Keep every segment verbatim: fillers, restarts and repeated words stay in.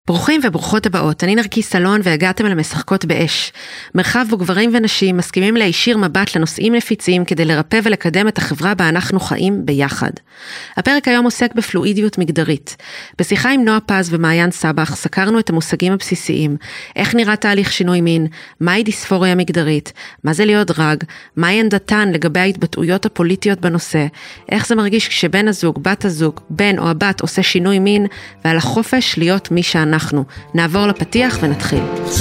ברוכים וברוכות הבאות, אני נרקיס סלון והגעתם אל המשחקות באש. מרחב בו גברים ונשים מסכימים להישיר מבט לנושאים נפיצים כדי לרפא ולקדם את החברה בה אנחנו חיים ביחד. הפרק היום עוסק בפלואידיות מגדרית. בשיחה עם נועה פז ומעיין סבח סקרנו את המושגים הבסיסיים, איך נראה תהליך שינוי מין, מהי דיספוריה מגדרית, מה זה להיות דרג, מהי עמדתן לגבי ההתבטאויות הפוליטיות בנושא, איך זה מרגיש כשבן הזוג, בת הזוג, בן או הבת עושה שינוי מין, ועל החופש להיות מי שאנחנו. אנחנו נעבור לפתיח ונתחיל.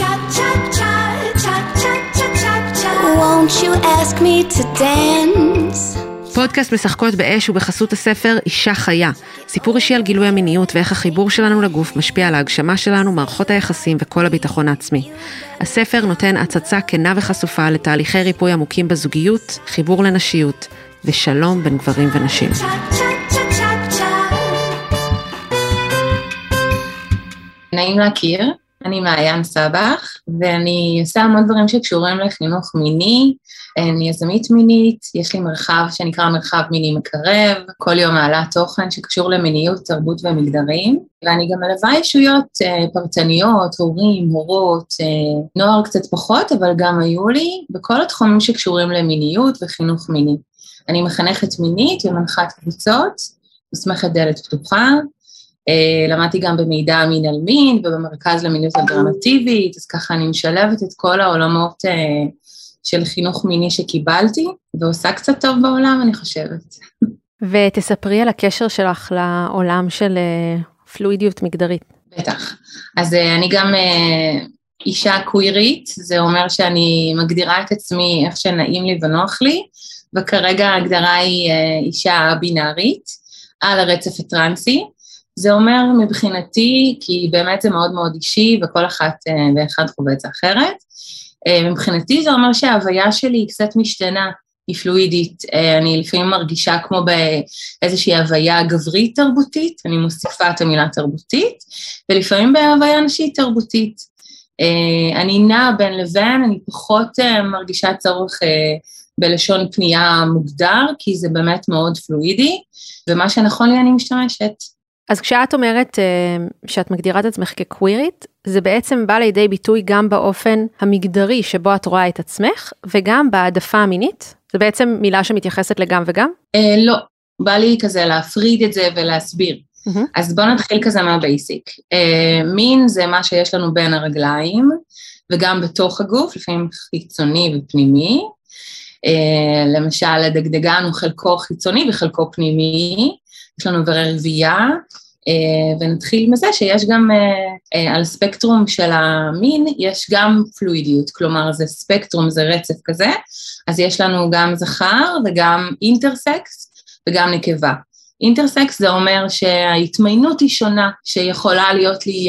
Won't you ask me to dance? פודקאסט משחקות באש ובחסות הספר אישה חיה. סיפור אישי על גילוי המיניות ואיך החיבור שלנו לגוף משפיע על ההגשמה שלנו, מערכות היחסים וכל הביטחון העצמי. הספר נותן הצצה כנה וחשופה לתהליכי ריפוי עמוקים בזוגיות, חיבור לנשיות ושלום בין גברים ונשים. נעים להכיר, אני מעיין סבח, ואני עושה המון דברים שקשורים לחינוך מיני, אני יזמית מינית, יש לי מרחב שנקרא מרחב מיני מקרב, כל יום מעלה תוכן שקשור למיניות, תרבות ומגדרים, ואני גם מלווה אישויות פרטניות, הורים, הורות, נוער קצת פחות, אבל גם היו לי בכל התחומים שקשורים למיניות וחינוך מיני. אני מחנכת מינית ומנחת קבוצות, מוסמכת דלת פתוחה, למדתי גם במידע מין על מין ובמרכז למיניות אלטרנטיבית, אז ככה אני משלבת את כל העולמות של חינוך מיני שקיבלתי, ועושה קצת טוב בעולם, אני חושבת. ותספרי על הקשר שלך לעולם של פלואידיות מגדרית. בטח. אז אני גם אישה קווירית, זה אומר שאני מגדירה את עצמי איך שנעים לי ונוח לי, וכרגע ההגדרה היא אישה בינארית, על הרצף הטרנסי, זה אומר מבחינתי, כי באמת זה מאוד מאוד אישי, וכל אחת ואחד חווה את זה אחרת. מבחינתי זה אומר שההוויה שלי היא קצת משתנה, היא פלואידית, אני לפעמים מרגישה כמו באיזושהי הוויה גברית תרבותית, אני מוסיפה את המילה תרבותית, ולפעמים בהוויה נשית תרבותית. אני נעה בין לבין, אני פחות מרגישה צורך בלשון פנייה מוגדר, כי זה באמת מאוד פלואידי, ומה שנכון לי אני משתמשת. אז כשאת אומרת uh, שאת מגדירה את עצמך כקווירית, זה בעצם בא לידי ביטוי גם באופן המגדרי שבו את רואה את עצמך, וגם בהעדפה המינית? זה בעצם מילה שמתייחסת לגם וגם? Uh, לא, בא לי כזה להפריד את זה ולהסביר. Mm-hmm. אז בוא נתחיל כזה מהבייסיק. Uh, מין זה מה שיש לנו בין הרגליים, וגם בתוך הגוף, לפעמים חיצוני ופנימי. Uh, למשל, הדגדגן הוא חלקו חיצוני וחלקו פנימי, יש לנו ברי רבייה, ונתחיל מזה שיש גם על הספקטרום של המין, יש גם פלואידיות, כלומר זה ספקטרום, זה רצף כזה, אז יש לנו גם זכר וגם אינטרסקס וגם נקבה. אינטרסקס זה אומר שההתמיינות היא שונה, שיכולה להיות לי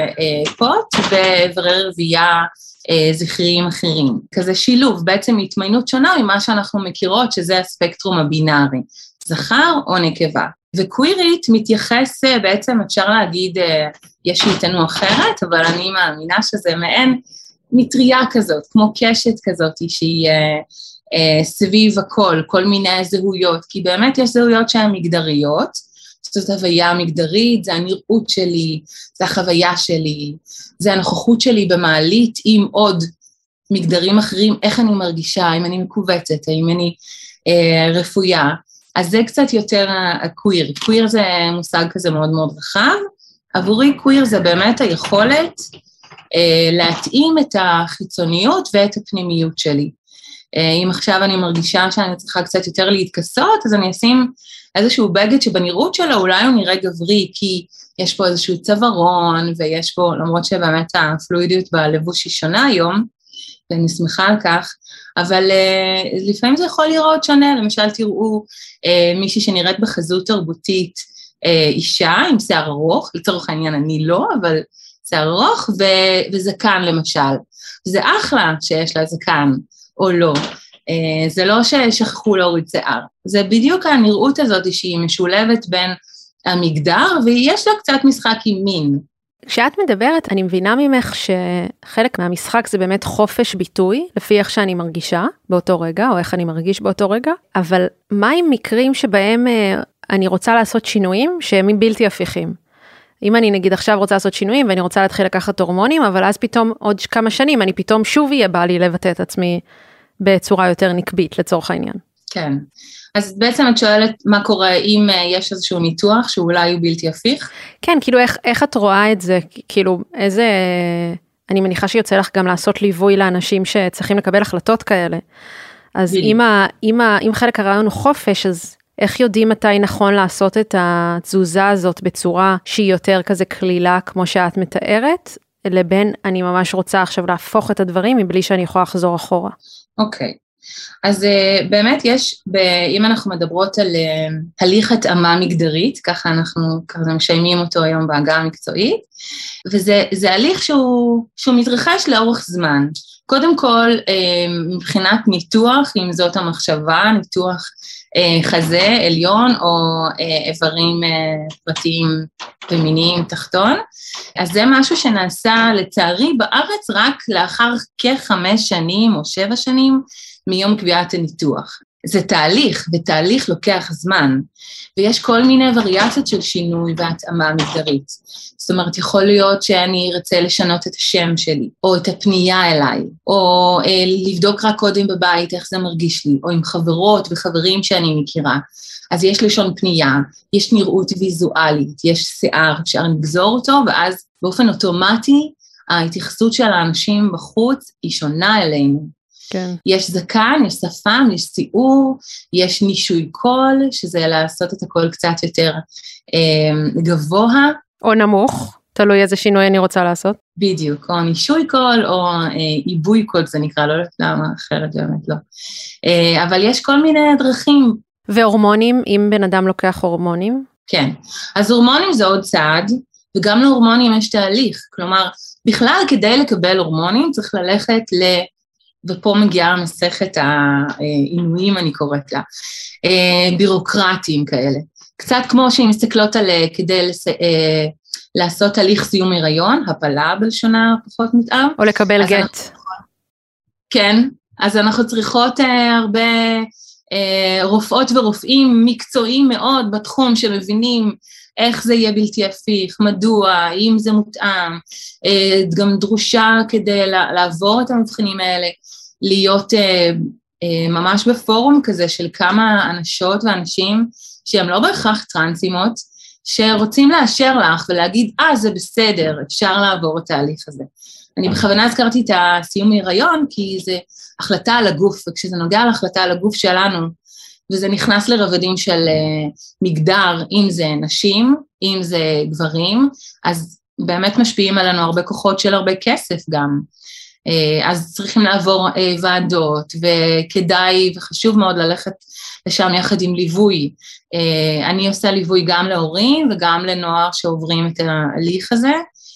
פוט וברי רבייה זכריים אחרים. כזה שילוב, בעצם התמיינות שונה ממה שאנחנו מכירות, שזה הספקטרום הבינארי, זכר או נקבה. וקווירית מתייחס, בעצם אפשר להגיד, יש איתנו אחרת, אבל אני מאמינה שזה מעין מטריה כזאת, כמו קשת כזאת, שהיא אה, סביב הכל, כל מיני זהויות, כי באמת יש זהויות שהן מגדריות, זאת הוויה מגדרית, זה הנראות שלי, זה החוויה שלי, זה הנוכחות שלי במעלית עם עוד מגדרים אחרים, איך אני מרגישה, אם אני מקובצת, האם אני אה, רפויה, אז זה קצת יותר הקוויר. קוויר זה מושג כזה מאוד מאוד רחב. עבורי קוויר זה באמת היכולת אה, להתאים את החיצוניות ואת הפנימיות שלי. אה, אם עכשיו אני מרגישה שאני צריכה קצת יותר להתכסות, אז אני אשים איזשהו בגד שבנראות שלו אולי הוא נראה גברי, כי יש פה איזשהו צווארון, ויש פה, למרות שבאמת הפלואידיות בלבוש היא שונה היום, ואני שמחה על כך, אבל uh, לפעמים זה יכול לראות שונה, למשל תראו uh, מישהי שנראית בחזות תרבותית uh, אישה עם שיער ארוך, לצורך העניין אני לא, אבל שיער ארוך ו- וזקן למשל, זה אחלה שיש לה זקן או לא, uh, זה לא ששכחו להוריד שיער, זה בדיוק הנראות הזאת שהיא משולבת בין המגדר, ויש לה קצת משחק עם מין. כשאת מדברת, אני מבינה ממך שחלק מהמשחק זה באמת חופש ביטוי, לפי איך שאני מרגישה באותו רגע, או איך אני מרגיש באותו רגע, אבל מה עם מקרים שבהם אני רוצה לעשות שינויים שהם בלתי הפיכים? אם אני נגיד עכשיו רוצה לעשות שינויים, ואני רוצה להתחיל לקחת הורמונים, אבל אז פתאום עוד כמה שנים, אני פתאום שוב יהיה בא לי לבטא את עצמי בצורה יותר נקבית לצורך העניין. כן. אז בעצם את שואלת מה קורה אם יש איזשהו ניתוח שאולי הוא בלתי הפיך? כן, כאילו איך, איך את רואה את זה? כאילו איזה, אני מניחה שיוצא לך גם לעשות ליווי לאנשים שצריכים לקבל החלטות כאלה. אז אם, ה, אם, ה, אם חלק הרעיון הוא חופש, אז איך יודעים מתי נכון לעשות את התזוזה הזאת בצורה שהיא יותר כזה כלילה כמו שאת מתארת, לבין אני ממש רוצה עכשיו להפוך את הדברים מבלי שאני יכולה לחזור אחורה. אוקיי. אז uh, באמת יש, ב, אם אנחנו מדברות על uh, הליך התאמה מגדרית, ככה אנחנו ככה משיימים אותו היום בהגה המקצועית, וזה זה הליך שהוא, שהוא מתרחש לאורך זמן. קודם כל, uh, מבחינת ניתוח, אם זאת המחשבה, ניתוח uh, חזה, עליון, או uh, איברים uh, פרטיים ומיניים תחתון, אז זה משהו שנעשה לצערי בארץ רק לאחר כחמש שנים או שבע שנים, מיום קביעת הניתוח. זה תהליך, ותהליך לוקח זמן, ויש כל מיני וריאציות של שינוי והתאמה מגדרית. זאת אומרת, יכול להיות שאני ארצה לשנות את השם שלי, או את הפנייה אליי, או אה, לבדוק רק קודם בבית איך זה מרגיש לי, או עם חברות וחברים שאני מכירה. אז יש לשון פנייה, יש נראות ויזואלית, יש שיער, אפשר לגזור אותו, ואז באופן אוטומטי, ההתייחסות של האנשים בחוץ היא שונה אלינו. כן. יש זקן, יש שפם, יש ציור, יש נישוי קול, שזה לעשות את הכל קצת יותר אה, גבוה. או נמוך, תלוי איזה שינוי אני רוצה לעשות. בדיוק, או נישוי קול, או אה, עיבוי קול, זה נקרא, לא יודעת למה, אחרת באמת לא. אה, אבל יש כל מיני דרכים. והורמונים, אם בן אדם לוקח הורמונים? כן, אז הורמונים זה עוד צעד, וגם להורמונים יש תהליך, כלומר, בכלל כדי לקבל הורמונים צריך ללכת ל... ופה מגיעה המסכת העינויים, אני קוראת לה, בירוקרטיים כאלה. קצת כמו שהן מסתכלות על כדי לס... לעשות הליך סיום הריון, הפלה בלשונה פחות מתאם. או לקבל גט. אנחנו... כן, אז אנחנו צריכות הרבה רופאות ורופאים מקצועיים מאוד בתחום שמבינים איך זה יהיה בלתי הפיך, מדוע, אם זה מותאם, גם דרושה כדי לעבור את המבחנים האלה, להיות ממש בפורום כזה של כמה אנשות ואנשים שהם לא בהכרח טרנסימות, שרוצים לאשר לך ולהגיד, אה, זה בסדר, אפשר לעבור את ההליך הזה. אני בכוונה הזכרתי את הסיום ההיריון, כי זה החלטה על הגוף, וכשזה נוגע להחלטה על הגוף שלנו, וזה נכנס לרבדים של מגדר, אם זה נשים, אם זה גברים, אז באמת משפיעים עלינו הרבה כוחות של הרבה כסף גם. אז צריכים לעבור ועדות, וכדאי וחשוב מאוד ללכת לשם יחד עם ליווי. אני עושה ליווי גם להורים וגם לנוער שעוברים את ההליך הזה,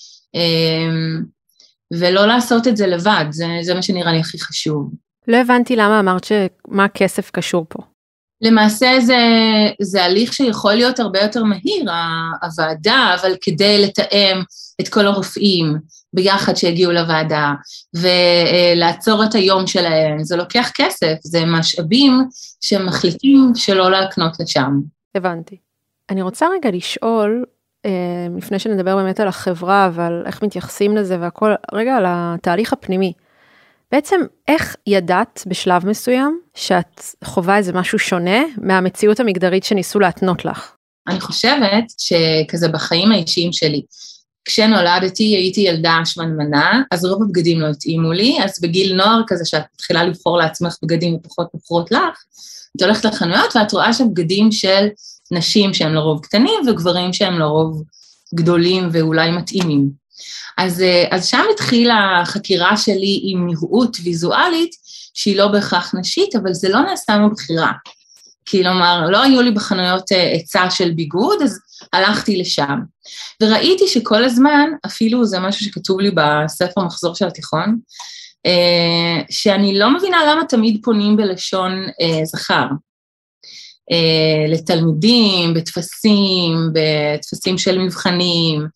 ולא לעשות את זה לבד, זה, זה מה שנראה לי הכי חשוב. לא הבנתי למה אמרת שמה הכסף קשור פה. למעשה זה, זה הליך שיכול להיות הרבה יותר מהיר, הוועדה, אבל כדי לתאם את כל הרופאים ביחד שהגיעו לוועדה, ולעצור את היום שלהם, זה לוקח כסף, זה משאבים שמחליטים שלא להקנות לשם. הבנתי. אני רוצה רגע לשאול, לפני שנדבר באמת על החברה, ועל איך מתייחסים לזה והכל, רגע על התהליך הפנימי. בעצם איך ידעת בשלב מסוים שאת חווה איזה משהו שונה מהמציאות המגדרית שניסו להתנות לך? אני חושבת שכזה בחיים האישיים שלי, כשנולדתי הייתי ילדה שמנמנה, אז רוב הבגדים לא התאימו לי, אז בגיל נוער כזה שאת מתחילה לבחור לעצמך בגדים ופחות בוחרות לך, את הולכת לחנויות ואת רואה שם בגדים של נשים שהם לרוב קטנים וגברים שהם לרוב גדולים ואולי מתאימים. אז, אז שם התחילה החקירה שלי עם נראות ויזואלית, שהיא לא בהכרח נשית, אבל זה לא נעשה מבחירה. כלומר, לא היו לי בחנויות עצה של ביגוד, אז הלכתי לשם. וראיתי שכל הזמן, אפילו זה משהו שכתוב לי בספר מחזור של התיכון, שאני לא מבינה למה תמיד פונים בלשון זכר. לתלמידים, בתפסים, בתפסים של מבחנים,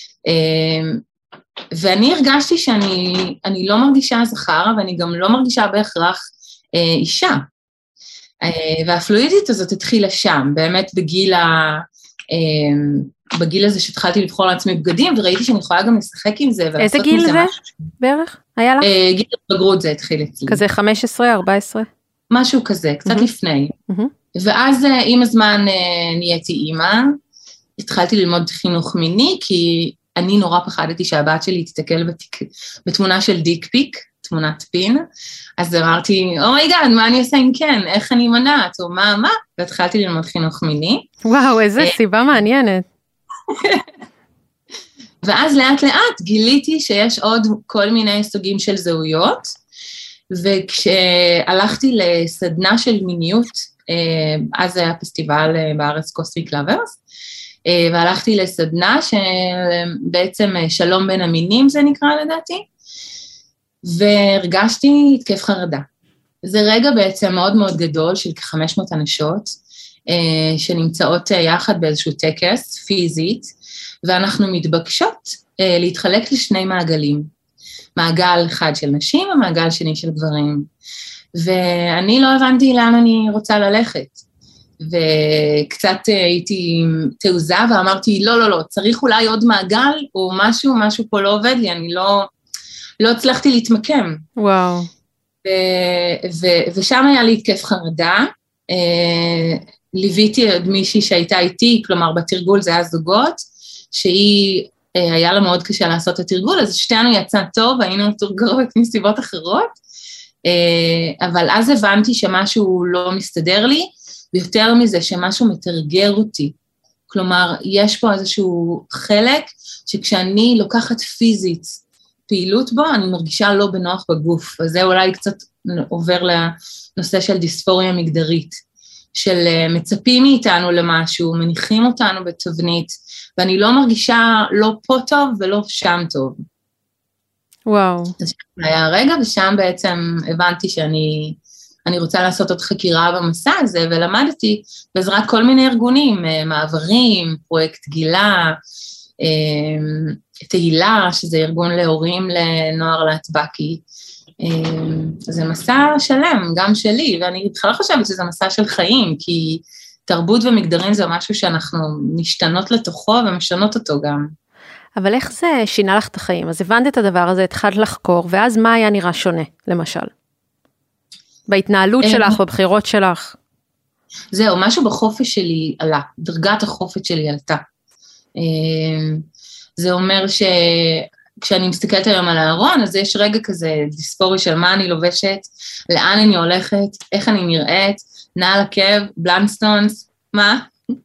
ואני הרגשתי שאני אני לא מרגישה זכר, ואני גם לא מרגישה בהכרח אה, אישה. אה, והפלואידית הזאת התחילה שם, באמת בגיל בגיל הזה שהתחלתי לבחור לעצמי בגדים, וראיתי שאני יכולה גם לשחק עם זה. איזה גיל זה בערך? היה לך? גיל בגרות זה התחיל אצלי. כזה חמש עשרה, ארבע עשרה? משהו כזה, קצת לפני. ואז עם הזמן נהייתי אימא, התחלתי ללמוד חינוך מיני, כי אני נורא פחדתי שהבת שלי תתקל בתמונה של דיק פיק, תמונת פין, אז אמרתי, אומייגאד, מה אני עושה אם כן? איך אני מנעת? או מה, מה? והתחלתי ללמוד חינוך מיני. וואו, איזה סיבה מעניינת. ואז לאט לאט גיליתי שיש עוד כל מיני סוגים של זהויות, וכשהלכתי לסדנה של מיניות, אז היה פסטיבל בארץ קוסמיק לאברס, והלכתי לסדנה שבעצם שלום בין המינים זה נקרא לדעתי, והרגשתי התקף חרדה. זה רגע בעצם מאוד מאוד גדול של כ-חמש מאות אנשות, שנמצאות יחד באיזשהו טקס פיזית, ואנחנו מתבקשות להתחלק לשני מעגלים, מעגל אחד של נשים ומעגל שני של גברים, ואני לא הבנתי לאן אני רוצה ללכת, וקצת הייתי תעוזה ואמרתי, לא, לא, לא, צריך אולי עוד מעגל, או משהו, משהו פה לא עובד לי, אני לא, לא הצלחתי להתמקם. וואו. ו, ו, ושם היה לי התקף חרדה, ליוויתי עוד מישהי שהייתה איתי, כלומר בתרגול זה היה זוגות, שהיא, היה לה מאוד קשה לעשות את התרגול, אז שתינו יצא טוב, היינו מתורגרות מסיבות אחרות, אבל אז הבנתי שמשהו לא מסתדר לי, ויותר מזה שמשהו מתרגר אותי, כלומר, יש פה איזשהו חלק, שכשאני לוקחת פיזית פעילות בו, אני מרגישה לא בנוח בגוף, וזה אולי קצת עובר לנושא של דיספוריה מגדרית, של מצפים מאיתנו למשהו, מניחים אותנו בתבנית, ואני לא מרגישה לא פה טוב ולא שם טוב. וואו. אז היה הרגע, ושם בעצם הבנתי שאני אני רוצה לעשות עוד חקירה במסע הזה, ולמדתי בעזרת כל מיני ארגונים, מעברים, פרויקט גילה, תהילה, שזה ארגון להורים לנוער להטבקי, זה מסע שלם, גם שלי, ואני בכלל חושבת שזה מסע של חיים, כי תרבות ומגדרים זה משהו שאנחנו משתנות לתוכו ומשנות אותו גם. אבל איך זה שינה לך את החיים? אז הבנת את הדבר הזה, התחלת לחקור, ואז מה היה נראה שונה, למשל? בהתנהלות שלך, בבחירות שלך? זהו, משהו בחופש שלי עלה, דרגת החופש שלי עלתה. זה אומר ש... כשאני מסתכלת היום על הארון, אז יש רגע כזה דיספורי של מה אני לובשת, לאן אני הולכת, איך אני נראית, נעל עקב, בלנסטונס, מה?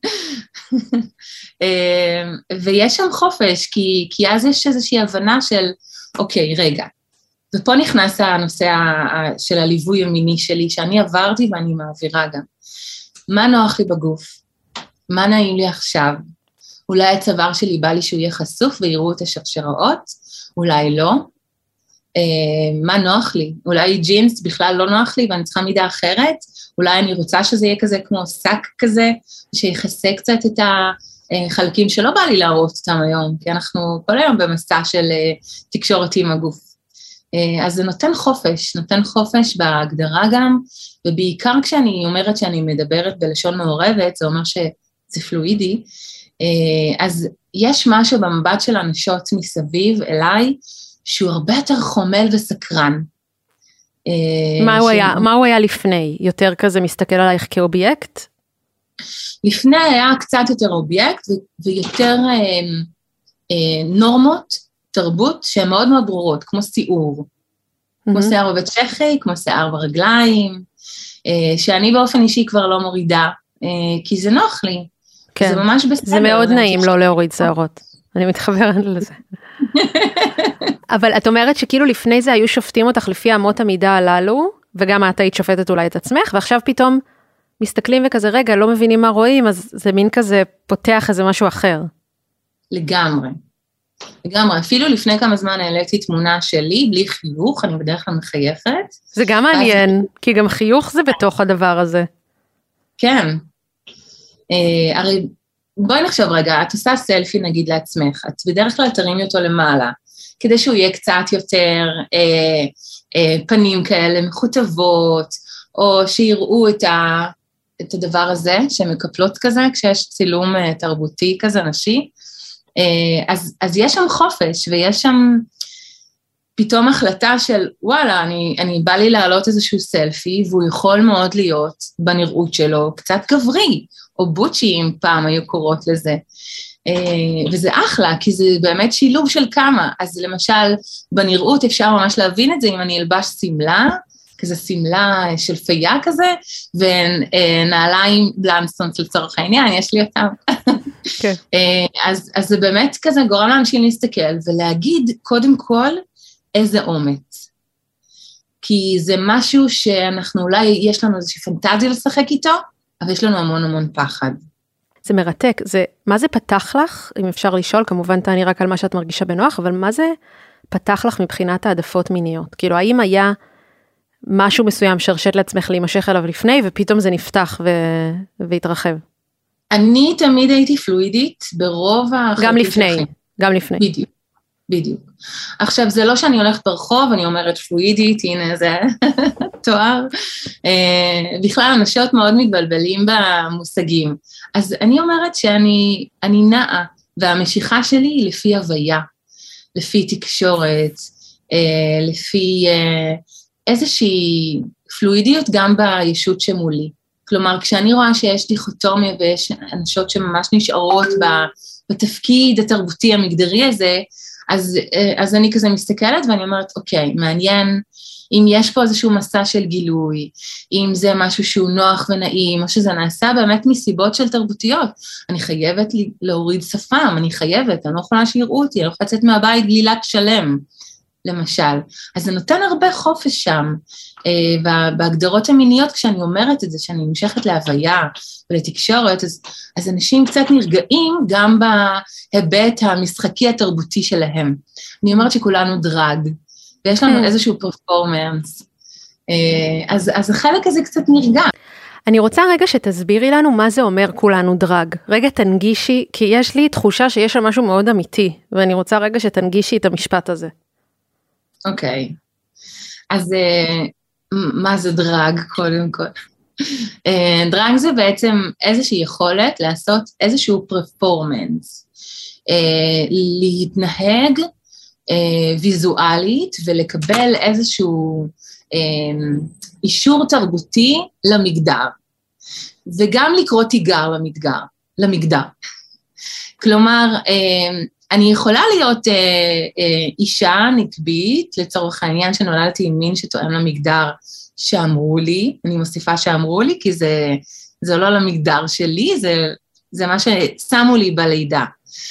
ויש שם חופש, כי, כי אז יש איזושהי הבנה של, אוקיי, רגע, ופה נכנס הנושא של הליווי המיני שלי, שאני עברתי ואני מעבירה גם. מה נוח לי בגוף? מה נעים לי עכשיו? אולי הצוואר שלי בא לי שהוא יהיה חשוף ויראו את השרשראות, אולי לא. אה, מה נוח לי? אולי ג'ינס בכלל לא נוח לי ואני צריכה מידה אחרת, אולי אני רוצה שזה יהיה כזה כמו סק כזה, שיחסה קצת את החלקים שלא בא לי להראות אותם היום, כי אנחנו כל היום במסע של תקשורת עם הגוף. אז זה נותן חופש, נותן חופש בהגדרה גם, ובעיקר כשאני אומרת שאני מדברת בלשון מעורבת, זה אומר שזה פלואידי, אז יש משהו במבט של אנשות מסביב אליי, שהוא הרבה יותר חומל וסקרן. מה הוא היה, מה הוא היה לפני? יותר כזה מסתכל עלייך כאובייקט? לפני היה קצת יותר אובייקט, ויותר נורמות, תרבות שהן מאוד מאוד ברורות, כמו סיעור, כמו שיער בבית שחי, כמו שיער ברגליים, שאני באופן אישי כבר לא מורידה, כי זה נוח לי. כן, זה ממש בסדר. זה מאוד נעים לא להוריד שערות, אני מתחברת לזה. אבל את אומרת שכאילו לפני זה היו שופטים אותך לפי אמות המידה הללו, וגם את היית שופטת אולי את עצמך, ועכשיו פתאום מסתכלים וכזה, רגע, לא מבינים מה רואים, אז זה מין כזה פותח איזה משהו אחר. לגמרי. לגמרי, אפילו לפני כמה זמן העליתי תמונה שלי, בלי חיוך, אני בדרך כלל מחייכת. זה גם מעניין, כי גם חיוך זה בתוך הדבר הזה. כן. אה, הרי בואי נחשוב רגע, את עושה סלפי נגיד לעצמך, את בדרך כלל תרימי אותו למעלה, כדי שהוא יהיה קצת יותר אה, אה, פנים כאלה מחוטבות, או שיראו את, ה, את הדבר הזה, שהן מקפלות כזה, כשיש צילום תרבותי כזה נשי, אז, אז יש שם חופש, ויש שם פתאום החלטה של, וואלה, אני, אני בא לי להעלות איזשהו סלפי, והוא יכול מאוד להיות בנראות שלו, קצת גברי, או בוצ'י, אם פעם היו קורות לזה. וזה אחלה, כי זה באמת שילוב של כמה. אז למשל, בנראות אפשר ממש להבין את זה, אם אני אלבש סמלה, כזה סמלה של פייה כזה, ונעליים בלנסטונס לצורך העניין, יש לי אותם. כן. אז, אז זה באמת כזה גורם לאנשים להסתכל, ולהגיד קודם כל איזה אומץ. כי זה משהו שאנחנו אולי, יש לנו איזושהי פנטזיה לשחק איתו, אבל יש לנו המון המון פחד. זה מרתק, זה, מה זה פתח לך, אם אפשר לשאול, כמובן תעני רק על מה שאת מרגישה בנוח, אבל מה זה פתח לך מבחינת העדפות מיניות? כאילו, האם היה משהו מסוים שהרשית לעצמך להימשך אליו לפני, ופתאום זה נפתח ו... והתרחב? אני תמיד הייתי פלואידית, ברוב גם לפני, שחי. גם לפני. בדיוק, בדיוק. עכשיו, זה לא שאני הולכת ברחוב, אני אומרת פלואידית, הנה זה תואר. בכלל, אנשות מאוד מתבלבלים במושגים. אז אני אומרת שאני אני נעה, והמשיכה שלי היא לפי הוויה, לפי תקשורת, לפי איזושהי פלואידיות גם בישות שמולי. כלומר, כשאני רואה שיש דיכוטומיה ויש אנשות שממש נשארות בתפקיד התרבותי המגדרי הזה, אז, אז אני כזה מסתכלת ואני אומרת, אוקיי, מעניין, אם יש פה איזשהו מסע של גילוי, אם זה משהו שהוא נוח ונעים, או שזה נעשה באמת מסיבות של תרבותיות, אני חייבת להוריד שפם, אני חייבת, אני לא יכולה שיראו אותי, אני לא יכולה לצאת מהבית בלי לק שלם, למשל. אז זה נותן הרבה חופש שם, בהגדרות המיניות, כשאני אומרת את זה, שאני נמשכת להוויה ולתקשורת, אז, אז אנשים קצת נרגעים גם בהיבט המשחקי התרבותי שלהם. אני אומרת שכולנו דרג, ויש לנו איזשהו פרפורמנס, אז, אז החלק הזה קצת נרגע. אני רוצה רגע שתסבירי לנו מה זה אומר כולנו דרג. רגע תנגישי, כי יש לי תחושה שיש שם משהו מאוד אמיתי, ואני רוצה רגע שתנגישי את המשפט הזה. אוקיי. אז מה זה דרג קודם כל? דרג זה בעצם איזושהי יכולת לעשות איזשהו פרפורמנס, להתנהג ויזואלית ולקבל איזשהו אישור תרבותי למגדר, וגם לקרוא תיגר למגדר, למגדר. כלומר, אני יכולה להיות אישה נקבית, לצורך העניין שנולדתי עם מין שתואם למגדר שאמרו לי, אני מוסיפה שאמרו לי, כי זה, זה לא למגדר שלי, זה, זה מה ששמו לי בלידה.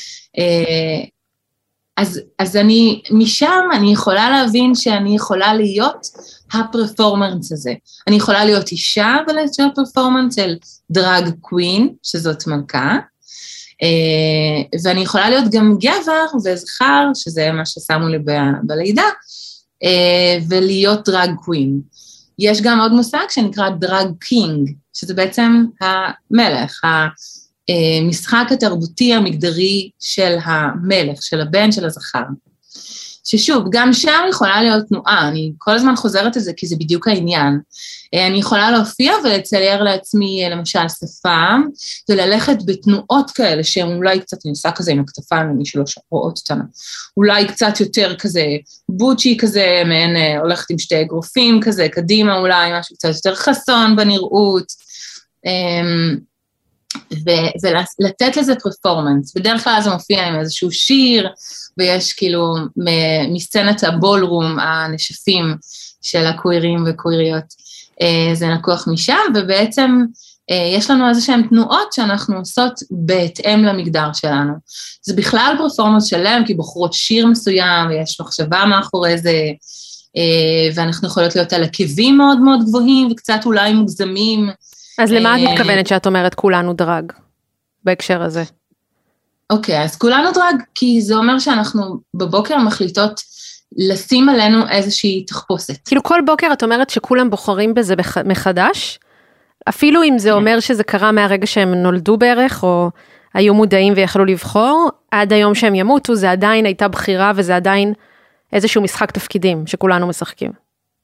אז, אז אני, משם אני יכולה להבין שאני יכולה להיות הפרפורמנס הזה. אני יכולה להיות אישה ולעשות פרפורמנס של דרג קווין, שזאת מלכה, ואני יכולה להיות גם גבר וזכר, שזה מה ששמו לי ב- בלידה, ולהיות דרג קווין. יש גם עוד מושג שנקרא דרג קינג, שזה בעצם המלך, המשחק התרבותי המגדרי של המלך, של הבן, של הזכר. ששוב, גם שם יכולה להיות תנועה, אני כל הזמן חוזרת את זה, כי זה בדיוק העניין. אני יכולה להופיע ולצייר לעצמי, למשל, שפם, וללכת בתנועות כאלה, שהן אולי קצת נעשה כזה עם הכתפיים, למי שלא רואות אותנו, אולי קצת יותר כזה בוצ'י כזה, מעין הולכת עם שתי אגרופים כזה, קדימה אולי, משהו קצת יותר חסון בנראות, ו- ולתת לזה פרפורמנס. בדרך כלל זה מופיע עם איזשהו שיר, ויש כאילו מסצנת הבולרום, הנשפים של הקווירים וקוויריות, זה לקוח משם, ובעצם יש לנו איזשהם תנועות שאנחנו עושות בהתאם למגדר שלנו. זה בכלל פרפורמנס שלם, כי בוחרות שיר מסוים, ויש מחשבה מאחורי זה, ואנחנו יכולות להיות על עקבים מאוד מאוד גבוהים, וקצת אולי מוגזמים. אז למה את מתכוונת שאת אומרת כולנו דרג, בהקשר הזה? אוקיי, אז כולנו דרג, כי זה אומר שאנחנו בבוקר מחליטות לשים עלינו איזושהי תחפושת. כאילו כל בוקר את אומרת שכולם בוחרים בזה מחדש, אפילו אם זה אומר שזה קרה מהרגע שהם נולדו בערך, או היו מודעים ויכלו לבחור, עד היום שהם ימותו, זה עדיין הייתה בחירה, וזה עדיין איזשהו משחק תפקידים שכולנו משחקים.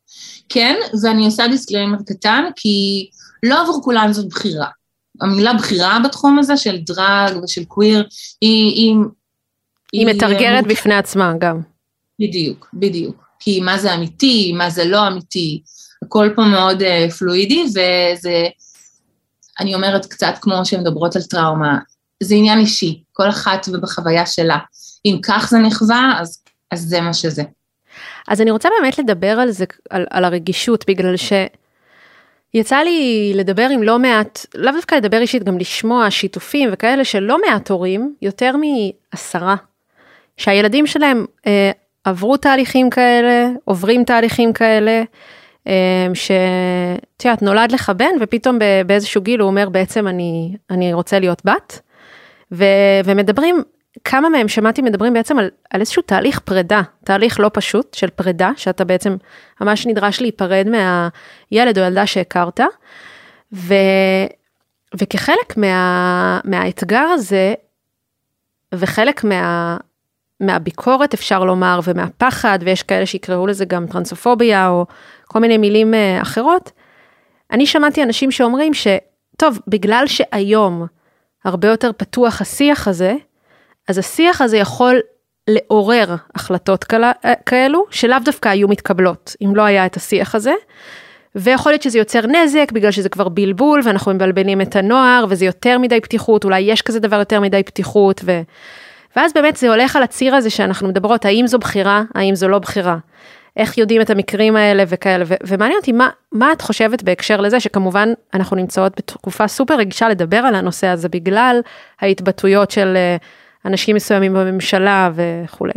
כן, ואני עושה דיסקליימר קטן, כי לא עבור כולן זאת בחירה. המילה בחירה בתחום הזה של דרג ושל קוויר, היא... היא, היא מתרגרת היא... בפני עצמה גם. בדיוק, בדיוק. כי מה זה אמיתי, מה זה לא אמיתי, הכל פה מאוד uh, פלואידי, וזה, אני אומרת קצת כמו שמדברות על טראומה, זה עניין אישי, כל אחת ובחוויה שלה. אם כך זה נחווה, אז, אז זה מה שזה. אז אני רוצה באמת לדבר על זה, על, על הרגישות, בגלל שיצא לי לדבר עם לא מעט, לאו דווקא לדבר אישית, גם לשמוע שיתופים וכאלה של לא מעט הורים, יותר מעשרה, שהילדים שלהם אה, עברו תהליכים כאלה, עוברים תהליכים כאלה, אה, שתיאת נולד לך בן, ופתאום באיזשהו גיל הוא אומר בעצם אני, אני רוצה להיות בת, ו, ומדברים, כמה מהם שמעתי מדברים בעצם על, על איזשהו תהליך פרידה, תהליך לא פשוט של פרידה, שאתה בעצם ממש נדרש להיפרד מהילד או ילדה שהכרת, ו, וכחלק מה, מהאתגר הזה, וחלק מה, מהביקורת אפשר לומר, ומהפחד, ויש כאלה שיקראו לזה גם טרנסופוביה, או כל מיני מילים אחרות, אני שמעתי אנשים שאומרים שטוב, בגלל שהיום הרבה יותר פתוח השיח הזה, אז השיח הזה יכול לעורר החלטות כאלו, שלאו דווקא היו מתקבלות, אם לא היה את השיח הזה, ויכול להיות שזה יוצר נזק, בגלל שזה כבר בלבול, ואנחנו מבלבלים את הנוער, וזה יותר מדי פתיחות, אולי יש כזה דבר יותר מדי פתיחות, ו... ואז באמת זה הולך על הציר הזה, שאנחנו מדברות, האם זו בחירה, האם זו לא בחירה, איך יודעים את המקרים האלה וכאלה, ו... ומעניין אותי, מה, מה את חושבת בהקשר לזה, שכמובן אנחנו נמצאות בתקופה סופר רגישה לדבר על הנושא הזה, בגלל ההתבטאויות של אנשים מסוימים בממשלה וכולי.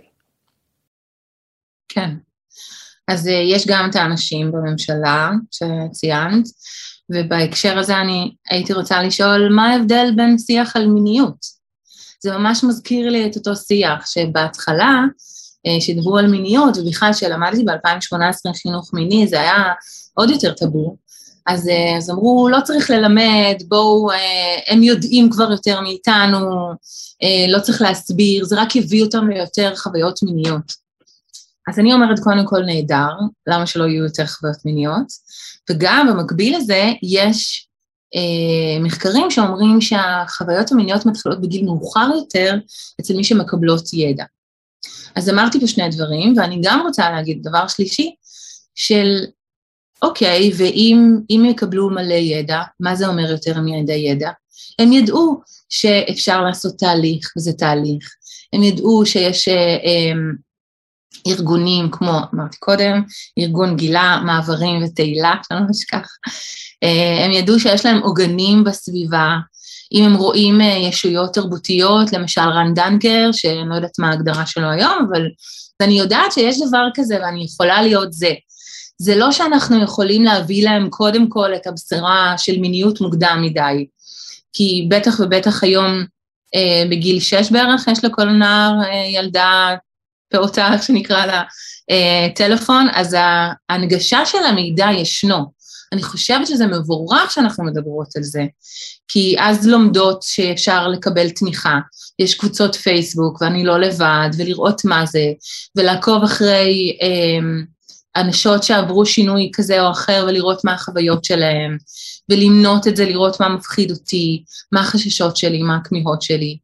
כן, אז יש גם את האנשים בממשלה שציינת, ובהקשר הזה אני הייתי רוצה לשאול, מה ההבדל בין שיח על מיניות? זה ממש מזכיר לי את אותו שיח, שבהתחלה שדברו על מיניות, ובכלל שלמדתי ב-אלפיים שמונה עשרה חינוך מיני, זה היה עוד יותר טבור, אז, אז אמרו, לא צריך ללמד, בואו, הם יודעים כבר יותר מאיתנו, לא צריך להסביר, זה רק יביא אותם ליותר חוויות מיניות. אז אני אומרת קודם כל נהדר, למה שלא יהיו יותר חוויות מיניות, וגם במקביל לזה יש אה, מחקרים שאומרים שהחוויות המיניות מתחילות בגיל מאוחר יותר, אצל מי שמקבלות ידע. אז אמרתי פה שני דברים, ואני גם רוצה להגיד דבר שלישי, של אוקיי, ואם אם יקבלו מלא ידע, מה זה אומר יותר מידי ידע? הם ידעו שאפשר לעשות תהליך, וזה תהליך. הם ידעו שיש אה, אה, ארגונים, כמו אמרתי קודם, ארגון גילה, מעברים ותהילה, שאני לא אשכח. אה, הם ידעו שיש להם עוגנים בסביבה, אם הם רואים אה, ישויות תרבותיות, למשל רן דנקר, שאני לא יודעת מה ההגדרה שלו היום, אבל אני יודעת שיש דבר כזה, ואני יכולה להיות זה. זה לא שאנחנו יכולים להביא להם קודם כל את הבשרה של מיניות מוקדם מדי, כי בטח ובטח היום אה, בגיל שש בערך יש לכל נער אה, ילדה פעוטה שנקרא לה אה, טלפון, אז ההנגשה של המידע ישנו. אני חושבת שזה מבורך שאנחנו מדברות על זה, כי אז לומדות שאפשר לקבל תמיכה, יש קבוצות פייסבוק ואני לא לבד, ולראות מה זה, ולעקוב אחרי אה, אנשות שעברו שינוי כזה או אחר, ולראות מה החוויות שלהם, ולמנות את זה, לראות מה מפחיד אותי, מה החששות שלי, מה הכמיהות שלי.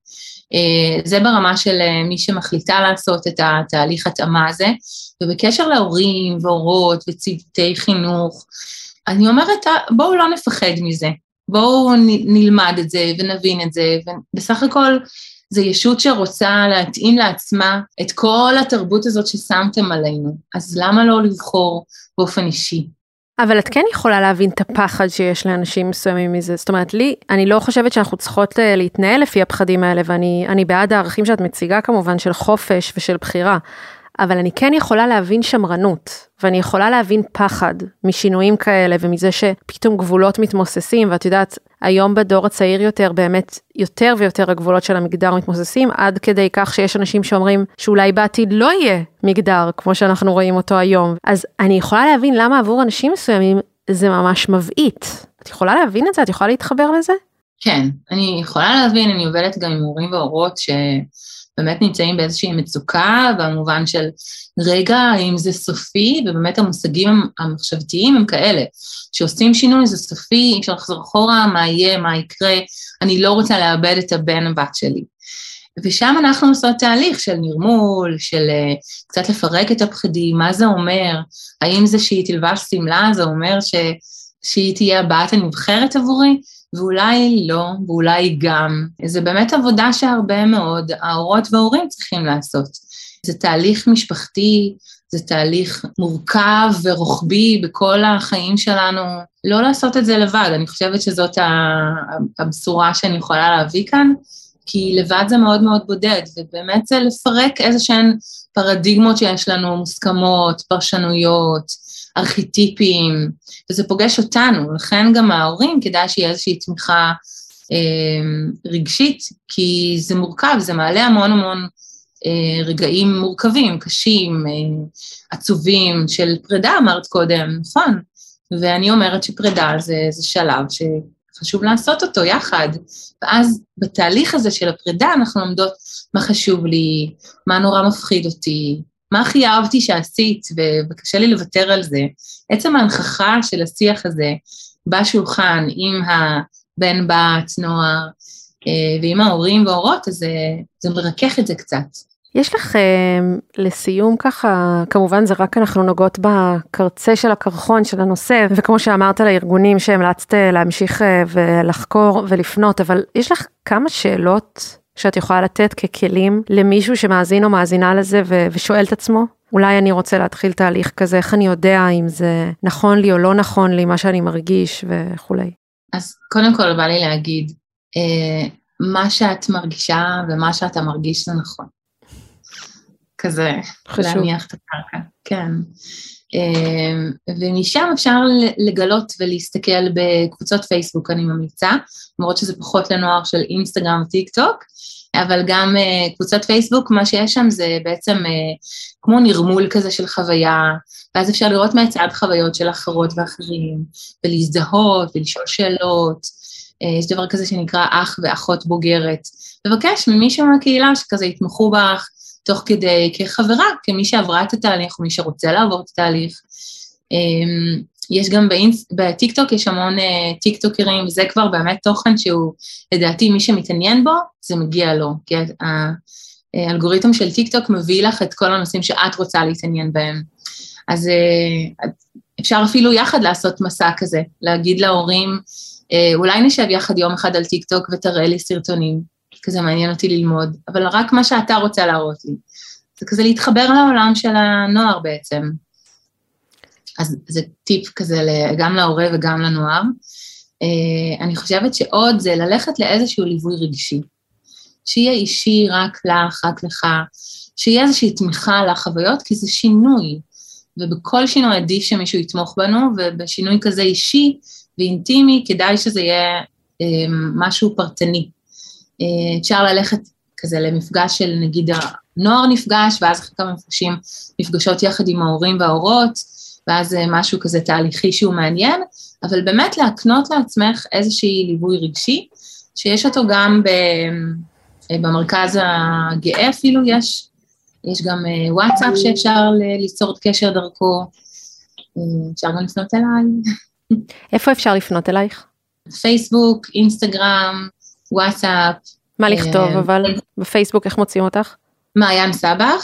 זה ברמה של מי שמחליטה לעשות את התהליך התאמה הזה, ובקשר להורים והורות וצוותי חינוך, אני אומרת, בואו לא נפחד מזה, בואו נלמד את זה ונבין את זה, ובסך הכל זה ישות שרוצה להתאים לעצמה את כל התרבות הזאת ששמתם עלינו, אז למה לא לבחור באופן אישי? אבל את כן יכולה להבין את הפחד שיש לאנשים מסוימים מזה, זאת אומרת לי, אני לא חושבת שאנחנו צריכות להתנהל לפי הפחדים האלה, ואני אני בעד הערכים שאת מציגה כמובן של חופש ושל בחירה, אבל אני כן יכולה להבין שמרנות, ואני יכולה להבין פחד משינויים כאלה, ומזה שפתאום גבולות מתמוססים, ואת יודעת, היום בדור הצעיר יותר, באמת יותר ויותר הגבולות של המגדר מתמוססים, עד כדי כך שיש אנשים שאומרים, שאולי בעתיד לא יהיה מגדר, כמו שאנחנו רואים אותו היום. אז אני יכולה להבין למה עבור אנשים מסוימים, זה ממש מבעית. את יכולה להבין את זה? את יכולה להתחבר לזה? כן, אני יכולה להבין, אני עובדת גם עם הורים והורות, ש... באמת נמצאים באיזושהי מצוקה, במובן של רגע, האם זה סופי, ובאמת המושגים המחשבתיים הם כאלה, שעושים שינוי, זה סופי, אי אפשר לחזור אחורה, מה יהיה, מה יקרה, אני לא רוצה לאבד את הבן הבת שלי. ושם אנחנו עושות תהליך של נרמול, של uh, קצת לפרק את הפחדים, מה זה אומר, האם זה שהיא תלבש סמלה, זה אומר ש, שהיא תהיה הבת הנבחרת עבורי, ואולי לא, ואולי גם. זה באמת עבודה שהרבה מאוד ההורות וההורים צריכים לעשות. זה תהליך משפחתי, זה תהליך מורכב ורוחבי בכל החיים שלנו, לא לעשות את זה לבד, אני חושבת שזאת הבשורה שאני יכולה להביא כאן, כי לבד זה מאוד מאוד בודד, ובאמת זה לפרק איזה שהן פרדיגמות שיש לנו, מוסכמות, פרשנויות, ארכיטיפים, וזה פוגש אותנו, לכן גם ההורים כדאי שיהיה איזושהי תמיכה אה, רגשית, כי זה מורכב, זה מעלה המון המון אה, רגעים מורכבים, קשים, אה, עצובים, של פרידה אמרת קודם, נכון? ואני אומרת שפרידה זה, זה שלב ש... חשוב לעשות אותו יחד, ואז בתהליך הזה של הפרידה אנחנו לומדות מה חשוב לי, מה נורא מפחיד אותי, מה הכי אהבתי שעשית, וקשה לי לוותר על זה. עצם ההנכחה של השיח הזה בשולחן עם הבן בת, נוער, ועם ההורים וההורות, אז זה, זה מרכך את זה קצת. יש לך לסיום ככה, כמובן זה רק אנחנו נוגעות בקרצה של הקרחון של הנושא, וכמו שאמרת לארגונים שהמלצת להמשיך ולחקור ולפנות, אבל יש לך כמה שאלות שאת יכולה לתת ככלים למישהו שמאזין או מאזינה לזה ושואל את עצמו? אולי אני רוצה להתחיל תהליך כזה, איך אני יודע אם זה נכון לי או לא נכון לי, מה שאני מרגיש וכו'. אז קודם כל בא לי להגיד, מה שאת מרגישה ומה שאתה מרגיש זה נכון. כזה, חשוב. להניח את הקרקע, כן. ומשם אפשר לגלות ולהסתכל בקבוצות פייסבוק, אני ממליצה, למרות שזה פחות לנוער של אינסטגרם וטיק טוק, אבל גם קבוצות פייסבוק, מה שיש שם זה בעצם כמו נרמול כזה של חוויה, ואז אפשר לראות מהצד חוויות של אחרות ואחרים, ולהזדהות ולשאול שאלות, יש דבר כזה שנקרא אח ואחות בוגרת, לבקש ממישהו מהקהילה שכזה יתמכו בך, תוך כדי, כחברה, כמי שעברה את התהליך, או מי שרוצה לעבור את התהליך. יש גם בטיקטוק, יש המון טיקטוקרים, וזה כבר באמת תוכן שהוא, לדעתי, מי שמתעניין בו, זה מגיע לו, כי האלגוריתם של טיקטוק מביא לך את כל הנושאים שאת רוצה להתעניין בהם. אז אפשר אפילו יחד לעשות מסע כזה, להגיד להורים, אולי נשב יחד יום אחד על טיקטוק ותראה לי סרטונים, כזה מעניין אותי ללמוד, אבל רק מה שאתה רוצה להראות לי. זה כזה להתחבר לעולם של הנוער בעצם. אז זה טיפ כזה גם להורה וגם לנוער. אני חושבת שעוד זה ללכת לאיזשהו ליווי רגשי, שיהיה אישי רק לך, רק לך, שיהיה איזושהי תמיכה לחוויות, כי זה שינוי, ובכל שינוי עדיף שמישהו יתמוך בנו, ובשינוי כזה אישי ואינטימי, כדאי שזה יהיה משהו פרטני. אפשר ללכת כזה למפגש של נגיד הנוער נפגש, ואז אחרי כמה מפגשים נפגשות יחד עם ההורים וההורות, ואז משהו כזה תהליכי שהוא מעניין, אבל באמת להקנות לעצמך איזושהי ליווי רגשי, שיש אותו גם במרכז הגאה אפילו, יש, יש גם וואטסאפ שאפשר ליצור קשר דרכו, אפשר גם לפנות אליי. איפה אפשר לפנות אלייך? פייסבוק, אינסטגרם, וואטסאפ. מה לכתוב, אבל בפייסבוק איך מוצאים אותך? מעיין סבח,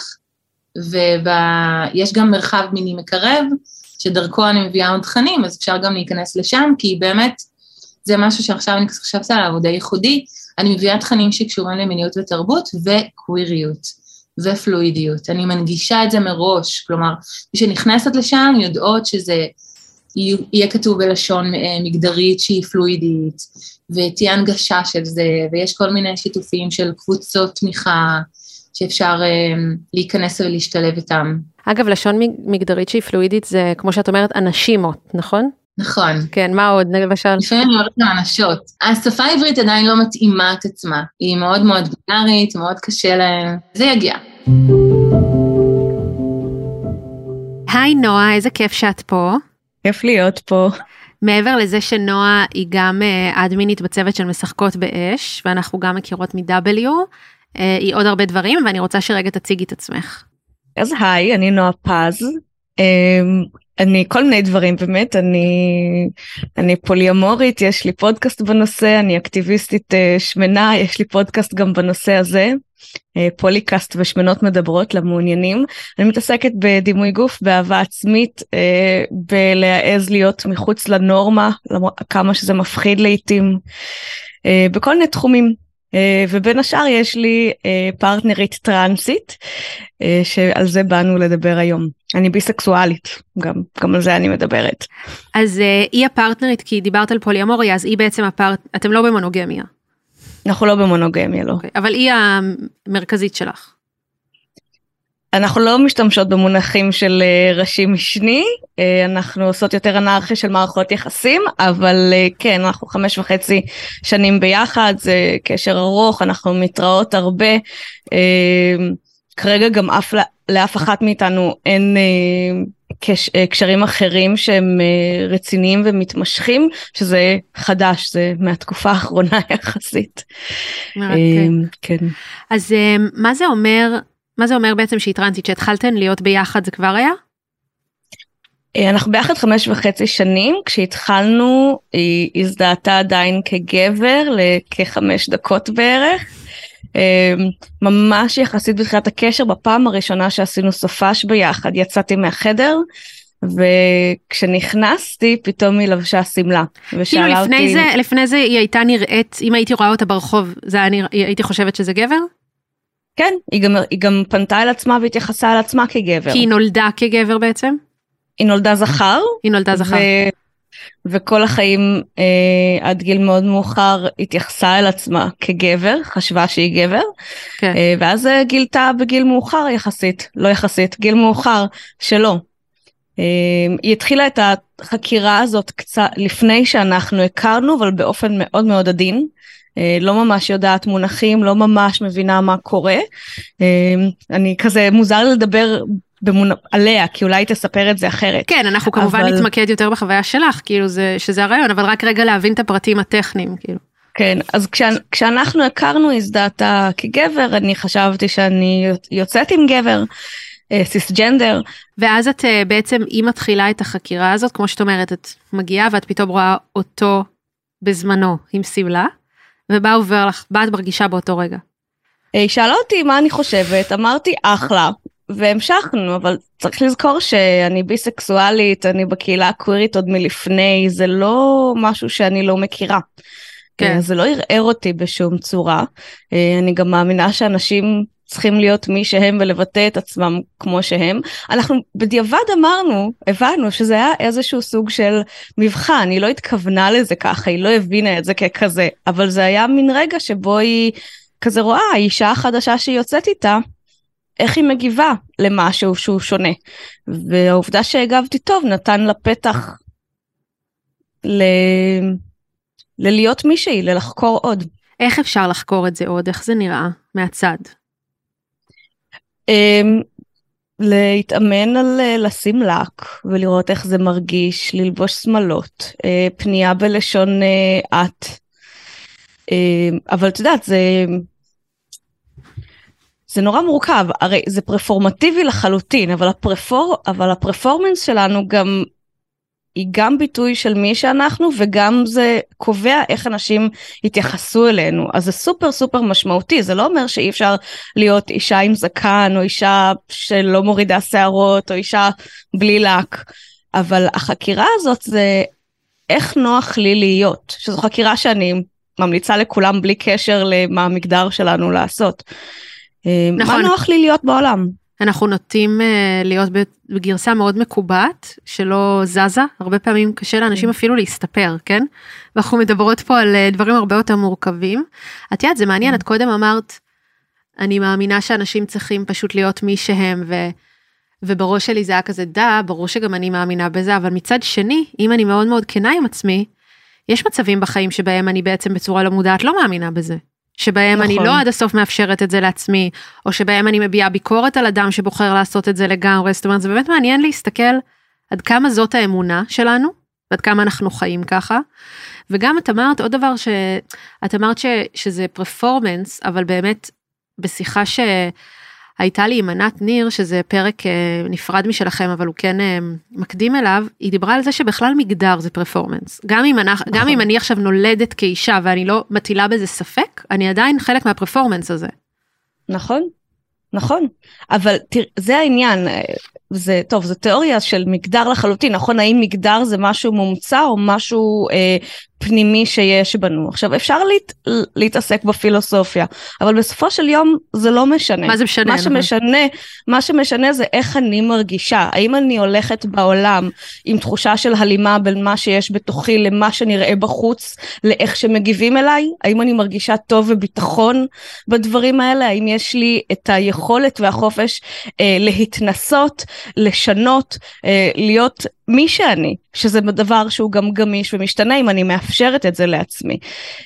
ויש גם מרחב מיני מקרב, שדרכו אני מביאה עוד תכנים, אז אפשר גם להיכנס לשם, כי באמת זה משהו שעכשיו אני חשבתי עליו, הוא די ייחודי, אני מביאה תכנים שקשורים למיניות ותרבות, וקוויריות, ופלואידיות. אני מנגישה את זה מראש, כלומר, מי שנכנסת לשם יודעות שזה יהיה כתוב בלשון מגדרית שהיא פלואידית, ותהיה הנגשה של זה, ויש כל מיני שיתופים של קבוצות תמיכה, שאפשר להיכנס ולהשתלב איתם. אגב, לשון מגדרית שהיא פלואידית, זה כמו שאת אומרת, אנשימות, נכון? נכון. כן, מה עוד למשל? לפעמים אני אומרת לאנשות. השפה העברית עדיין לא מתאימה את עצמה, היא מאוד מאוד בינארית, מאוד קשה להם, זה יגיע. היי נועה, איזה כיף שאת פה. כיף להיות פה. מעבר לזה שנועה היא גם אדמינית בצוות של משחקות באש, ואנחנו גם מכירות מ-W, היא עוד הרבה דברים, ואני רוצה שרגע תציגי את עצמך. אז היי, אני נועה פז. אני כל מיני דברים באמת, אני, אני פוליאמורית, יש לי פודקאסט בנושא, אני אקטיביסטית שמנה, יש לי פודקאסט גם בנושא הזה, פוליקאסט ושמנות מדברות למעוניינים. אני מתעסקת בדימוי גוף, באהבה עצמית, בלהעז להיות מחוץ לנורמה, כמה שזה מפחיד לעתים, בכל מיני תחומים. ובין השאר יש לי פרטנרית טרנסית, שעל זה באנו לדבר היום. אני ביסקסואלית, גם, גם על זה אני מדברת. אז היא הפרטנרית, כי דיברת על פוליאמוריה, אז היא בעצם הפרט... אתם לא במונוגמיה. אנחנו לא במונוגמיה, לא. Okay, אבל היא המרכזית שלך. אנחנו לא משתמשות במונחים של ראשי משני, אנחנו עושות יותר אנרכיה של מערכות יחסים, אבל כן, אנחנו חמש וחצי שנים ביחד, זה קשר ארוך, אנחנו מתראות הרבה, כרגע גם אף, לאף אחת מאיתנו אין קש, קשרים אחרים שהם רציניים ומתמשכים, שזה חדש, זה מהתקופה האחרונה יחסית. כן. אז מה זה אומר... מה זה אומר בעצם שהיא טרנסית, שהתחלתן להיות ביחד, זה כבר היה? אנחנו ביחד חמש וחצי שנים, כשהתחלנו, היא הזדהתה עדיין כגבר, לכחמש דקות בערך, ממש יחסית בתחילת הקשר, בפעם הראשונה שעשינו סופש ביחד, יצאתי מהחדר, וכשנכנסתי, פתאום היא לבשה סמלה. כאילו לפני זה, לפני זה היא הייתה נראית, אם הייתי רואה אותה ברחוב, זה היה, הייתי חושבת שזה גבר? כן, היא גם, היא גם פנתה על עצמה והתייחסה על עצמה כגבר. כי היא נולדה כגבר בעצם? היא נולדה זכר. היא נולדה זכר. ו... וכל החיים אה, עד גיל מאוד מאוחר התייחסה על עצמה כגבר, חשבה שהיא גבר. כן. אה, ואז גילתה בגיל מאוחר יחסית, לא יחסית, גיל מאוחר שלא. אה, היא התחילה את החקירה הזאת קצת לפני שאנחנו הכרנו, אבל באופן מאוד מאוד עדין. לא ממש יודעת מונחים, לא ממש מבינה מה קורה. אני כזה מוזר לדבר במונ... עליה, כי אולי תספר את זה אחרת. כן, אנחנו כמובן אבל... נתמקד יותר בחוויה שלך, כאילו זה, שזה הרעיון, אבל רק רגע להבין את הפרטים הטכניים, כאילו. כן, אז כש... כשאנחנו הכרנו הזדהתה כגבר, אני חשבתי שאני יוצאת עם גבר, סיסג'נדר. ואז את בעצם, היא מתחילה את החקירה הזאת, כמו שאת אומרת, את מגיעה ואת פתאום רואה אותו בזמנו עם סמלה, ומה עובר לך, מה את מרגישה באותו רגע? היא שאלה אותי מה אני חושבת, אמרתי אחלה, והמשכנו, אבל צריך לזכור שאני ביסקסואלית, אני בקהילה הקווירית עוד מלפני, זה לא משהו שאני לא מכירה. כן. זה לא יראה אותי בשום צורה, אני גם מאמינה שאנשים צריכים להיות מי שהם ולבטא את עצמם כמו שהם. אנחנו בדיעבד אמרנו, הבנו שזה היה איזשהו סוג של מבחן, היא לא התכוונה לזה ככה, היא לא הבינה את זה ככזה, אבל זה היה מין רגע שבו היא כזה רואה, האישה החדשה שהיא יוצאת איתה, איך היא מגיבה למשהו שהוא שונה. והעובדה שהגבתי טוב נתן לה פתח ל... ללהיות מישהי, ללחקור עוד. איך אפשר לחקור את זה עוד? איך זה נראה מהצד? להתאמן על לשים לק ולראות איך זה מרגיש, ללבוש שמלות, פנייה בלשון את. אבל את יודעת, זה זה נורא מורכב, הרי זה פרפורמטיבי לחלוטין, אבל הפרפור, אבל הפרפורמנס שלנו גם היא גם ביטוי של מי שאנחנו, וגם זה קובע איך אנשים יתייחסו אלינו. אז זה סופר סופר משמעותי, זה לא אומר שאי אפשר להיות אישה עם זקן, או אישה שלא מורידה שערות, או אישה בלי לק. אבל החקירה הזאת זה איך נוח לי להיות, שזו חקירה שאני ממליצה לכולם בלי קשר למה המגדר שלנו לעשות. נכון. מה נוח לי להיות בעולם? אנחנו נוטים להיות בגרסה מאוד מקובעת, שלא זזה, הרבה פעמים קשה לאנשים אפילו להסתפר, כן? ואנחנו מדברות פה על דברים הרבה יותר מורכבים. את יודעת, זה מעניין, את קודם אמרת, אני מאמינה שאנשים צריכים פשוט להיות מי שהם, ו... ובראש שלי זה היה כזה דה, ברור שגם אני מאמינה בזה, אבל מצד שני, אם אני מאוד מאוד כנה עם עצמי, יש מצבים בחיים שבהם אני בעצם בצורה לא מודעת לא מאמינה בזה. שבהם נכון. אני לא עד הסוף מאפשרת את זה לעצמי, או שבהם אני מביעה ביקורת על אדם שבוחר לעשות את זה לגמרי, זאת אומרת, זה באמת מעניין להסתכל עד כמה זאת האמונה שלנו, ועד כמה אנחנו חיים ככה, וגם את אמרת עוד דבר, שאת אמרת ש, שזה פרפורמנס, אבל באמת בשיחה שהייתה לי עם ענת ניר, שזה פרק נפרד משלכם, אבל הוא כן מקדים אליו, היא דיברה על זה שבכלל מגדר זה פרפורמנס. גם אם אני, גם אם אני עכשיו נולדת כאישה, ואני לא מטילה בזה ספק, אני עדיין חלק מהפרפורמנס הזה. נכון, נכון. אבל תראה, זה העניין, זה, טוב, זו תיאוריה של מגדר לחלוטין, נכון? האם מגדר זה משהו מומצא או משהו אה, פנימי שיש בנו? עכשיו, אפשר להת, להתעסק בפילוסופיה, אבל בסופו של יום זה לא משנה. מה זה משנה? מה שמשנה, מה שמשנה זה איך אני מרגישה. האם אני הולכת בעולם עם תחושה של הלימה בין מה שיש בתוכי למה שנראה בחוץ, לאיך שמגיבים אליי? האם אני מרגישה טוב וביטחון בדברים האלה? האם יש לי את היכולת והחופש אה, להתנסות, לשנות, אה, להיות מי שאני, שזה דבר שהוא גם גמיש ומשתנה אם אני מאפשרת את זה לעצמי.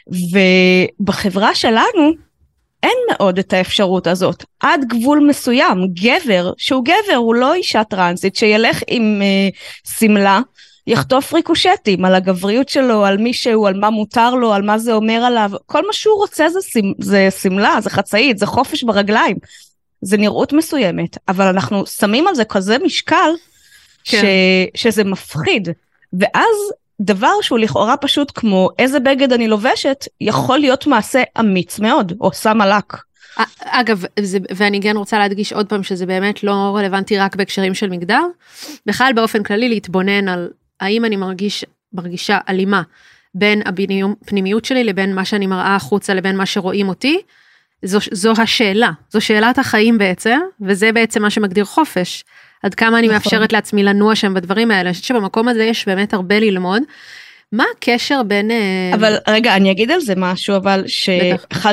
ובחברה שלנו אין מאוד את האפשרות הזאת, עד גבול מסוים. גבר, שהוא גבר, הוא לא אישה טרנסית, שילך עם אה, סמלה, יחטוף ריקושטים על הגבריות שלו, על מי שהוא, על מה מותר לו, על מה זה אומר עליו, כל מה שהוא רוצה זה, זה סמלה, זה חצאית, זה חופש ברגליים, זה נראות מסוימת, אבל אנחנו שמים על זה כזה משקל, כן. ש, שזה מפחיד, ואז דבר שהוא לכאורה פשוט כמו איזה בגד אני לובשת, יכול להיות מעשה אמיץ מאוד, או שם עלק. אגב, זה, ואני כן רוצה להדגיש עוד פעם, שזה באמת לא רלוונטי רק בהקשרים של מגדר, בכלל באופן כללי להתבונן על האם אני מרגיש, מרגישה אלימה, בין הפנימיות שלי לבין מה שאני מראה החוצה, לבין מה שרואים אותי, זו, זו השאלה, זו שאלת החיים בעצם, וזה בעצם מה שמגדיר חופש, עד כמה אני נכון. מאפשרת לעצמי לנוע שם בדברים האלה, אני חושבת שבמקום הזה יש באמת הרבה ללמוד, מה הקשר בין... אבל רגע, אני אגיד על זה משהו, אבל שאחד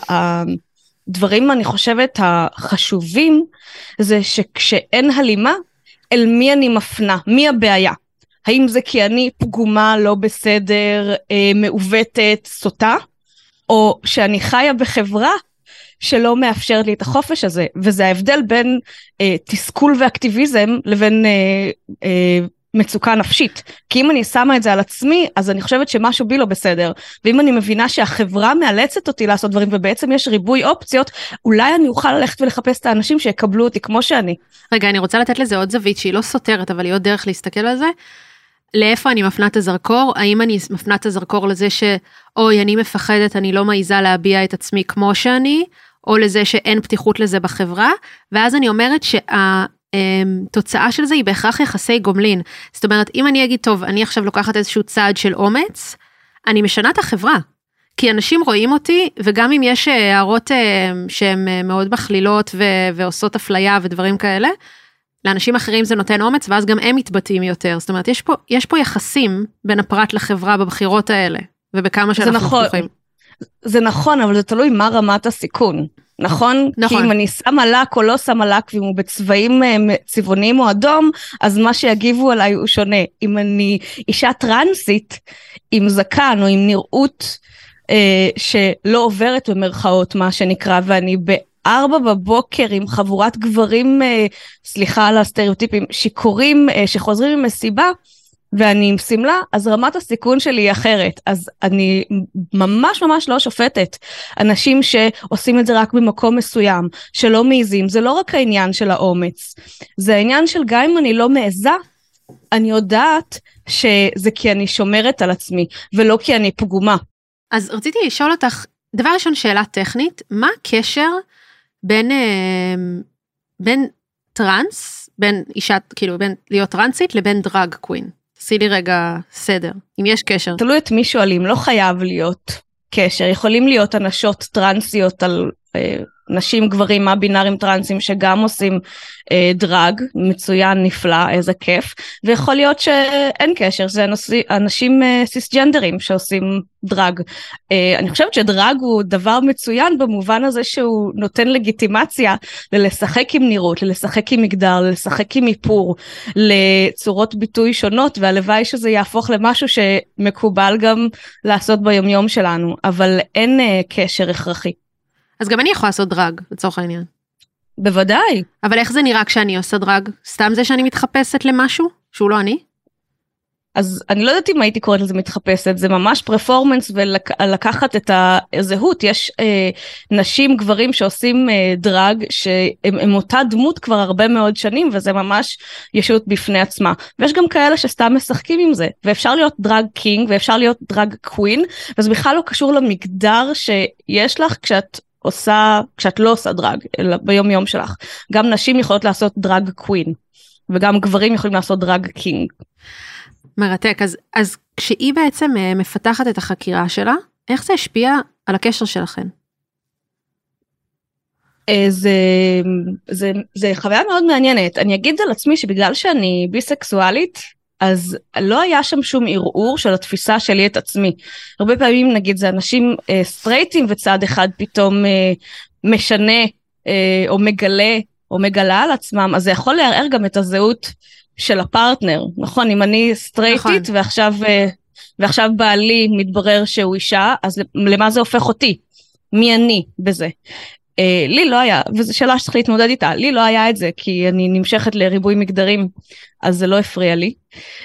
הדברים, אני חושבת, החשובים, זה שכשאין הלימה, אל מי אני מפנה, מי הבעיה? האם זה כי אני פגומה, לא בסדר, מעוותת, סוטה? או שאני חיה בחברה שלא מאפשרת לי את החופש הזה, וזה ההבדל בין אה, תסכול ואקטיביזם לבין אה, אה, מצוקה נפשית, כי אם אני שמה את זה על עצמי, אז אני חושבת שמשהו בי לא בסדר, ואם אני מבינה שהחברה מאלצת אותי לעשות דברים, ובעצם יש ריבוי אופציות, אולי אני אוכל ללכת ולחפש את האנשים שיקבלו אותי כמו שאני. רגע, אני רוצה לתת לזה עוד זווית שהיא לא סותרת, אבל היא עוד דרך להסתכל על זה, לאיפה אני מפנה את הזרקור, האם אני מפנה את הזרקור לזה שאוי, אני מפחדת, אני לא מעיזה להביע את עצמי כמו שאני, או לזה שאין פתיחות לזה בחברה, ואז אני אומרת שהתוצאה של זה היא בהכרח יחסי גומלין, זאת אומרת, אם אני אגיד, טוב, אני עכשיו לוקחת איזשהו צעד של אומץ, אני משנה את החברה, כי אנשים רואים אותי, וגם אם יש הערות שהן מאוד מכלילות, ו- ועושות אפליה ודברים כאלה, לאנשים אחרים זה נותן אומץ, ואז גם הם מתבטאים יותר. זאת אומרת, יש פה, יש פה יחסים בין הפרט לחברה בבחירות האלה, ובכמה שאנחנו נכון, פתוחים. זה נכון, אבל זה תלוי מה רמת הסיכון. נכון? נכון. כי אם אני שמה לק או לא שמה לק, ואם הוא בצבעים צבעוניים או אדום, אז מה שיגיבו עליי הוא שונה. אם אני אישה טרנסית, עם זקן או עם נראות אה, שלא עוברת במרכאות, מה שנקרא, ואני ב... ארבע בבוקר עם חבורת גברים, סליחה על הסטריאוטיפים, שיקורים שחוזרים עם מסיבה, ואני עם סמלה, אז רמת הסיכון שלי היא אחרת. אז אני ממש ממש לא שופטת. אנשים שעושים את זה רק במקום מסוים, שלא מעיזים, זה לא רק העניין של האומץ. זה העניין של גם אם אני לא מעיזה, אני יודעת שזה כי אני שומרת על עצמי, ולא כי אני פגומה. אז רציתי לשאול אותך, דבר ראשון שאלה טכנית, מה הקשר בין, בין טרנס, בין אישה, כאילו, בין להיות טרנסית לבין דרג קווין. תעשי לי רגע סדר, אם יש קשר. תלוי את מי שואלים, לא חייב להיות קשר. יכולים להיות אנשות טרנסיות על אה, נשים, גברים, הבינארים טרנסים שגם עושים אה, דרג, מצוין, נפלא, איזה כיף. ויכול להיות שאין קשר, זה אנשים, אנשים אה, סיסג'נדרים שעושים דרג. אה, אני חושבת שדרג הוא דבר מצוין במובן הזה שהוא נותן לגיטימציה ללשחק עם נראות, ללשחק עם מגדר, ללשחק עם איפור, לצורות ביטוי שונות, והלוואי שזה יהפוך למשהו שמקובל גם לעשות ביומיום שלנו, אבל אין אה, קשר הכרחי. אז גם אני יכולה לעשות דרג, לצורך העניין. בוודאי. אבל איך זה נראה כשאני עושה דרג? סתם זה שאני מתחפשת למשהו שהוא לא אני? אז אני לא יודעת אם הייתי קוראת לזה מתחפשת, זה ממש פרפורמנס ולקחת את הזהות. יש אה, נשים, גברים שעושים אה, דרג, שהם הם אותה דמות כבר הרבה מאוד שנים, וזה ממש ישות בפני עצמה. ויש גם כאלה שסתם משחקים עם זה, ואפשר להיות דרג קינג, ואפשר להיות דרג קווין, וזה בכלל לא קשור למגדר שיש לך כשאת עושה, כשאת לא עושה דרג, אלא ביום יום שלך. גם נשים יכולות לעשות דרג קווין, וגם גברים יכולים לעשות דרג קינג. מרתק, אז, אז כשהיא בעצם מפתחת את החקירה שלה, איך זה השפיע על הקשר שלכן? זה, זה, זה חוויה מאוד מעניינת. אני אגיד על עצמי שבגלל שאני ביסקסואלית, אז לא היה שם שום ערעור של התפיסה שלי את עצמי. הרבה פעמים נגיד זה אנשים אה, סטרייטים וצד אחד פתאום אה, משנה אה, או מגלה או מגלה על עצמם, אז זה יכול לערער גם את הזהות של הפרטנר, נכון? אם אני סטרייטית נכון. ועכשיו, ועכשיו בעלי מתברר שהוא אישה, אז למה זה הופך אותי? מי אני בזה? לי לא היה, וזו שאלה שצריך להתמודד איתה, לי לא היה את זה, כי אני נמשכת לריבוי מגדרים, אז זה לא הפריע לי.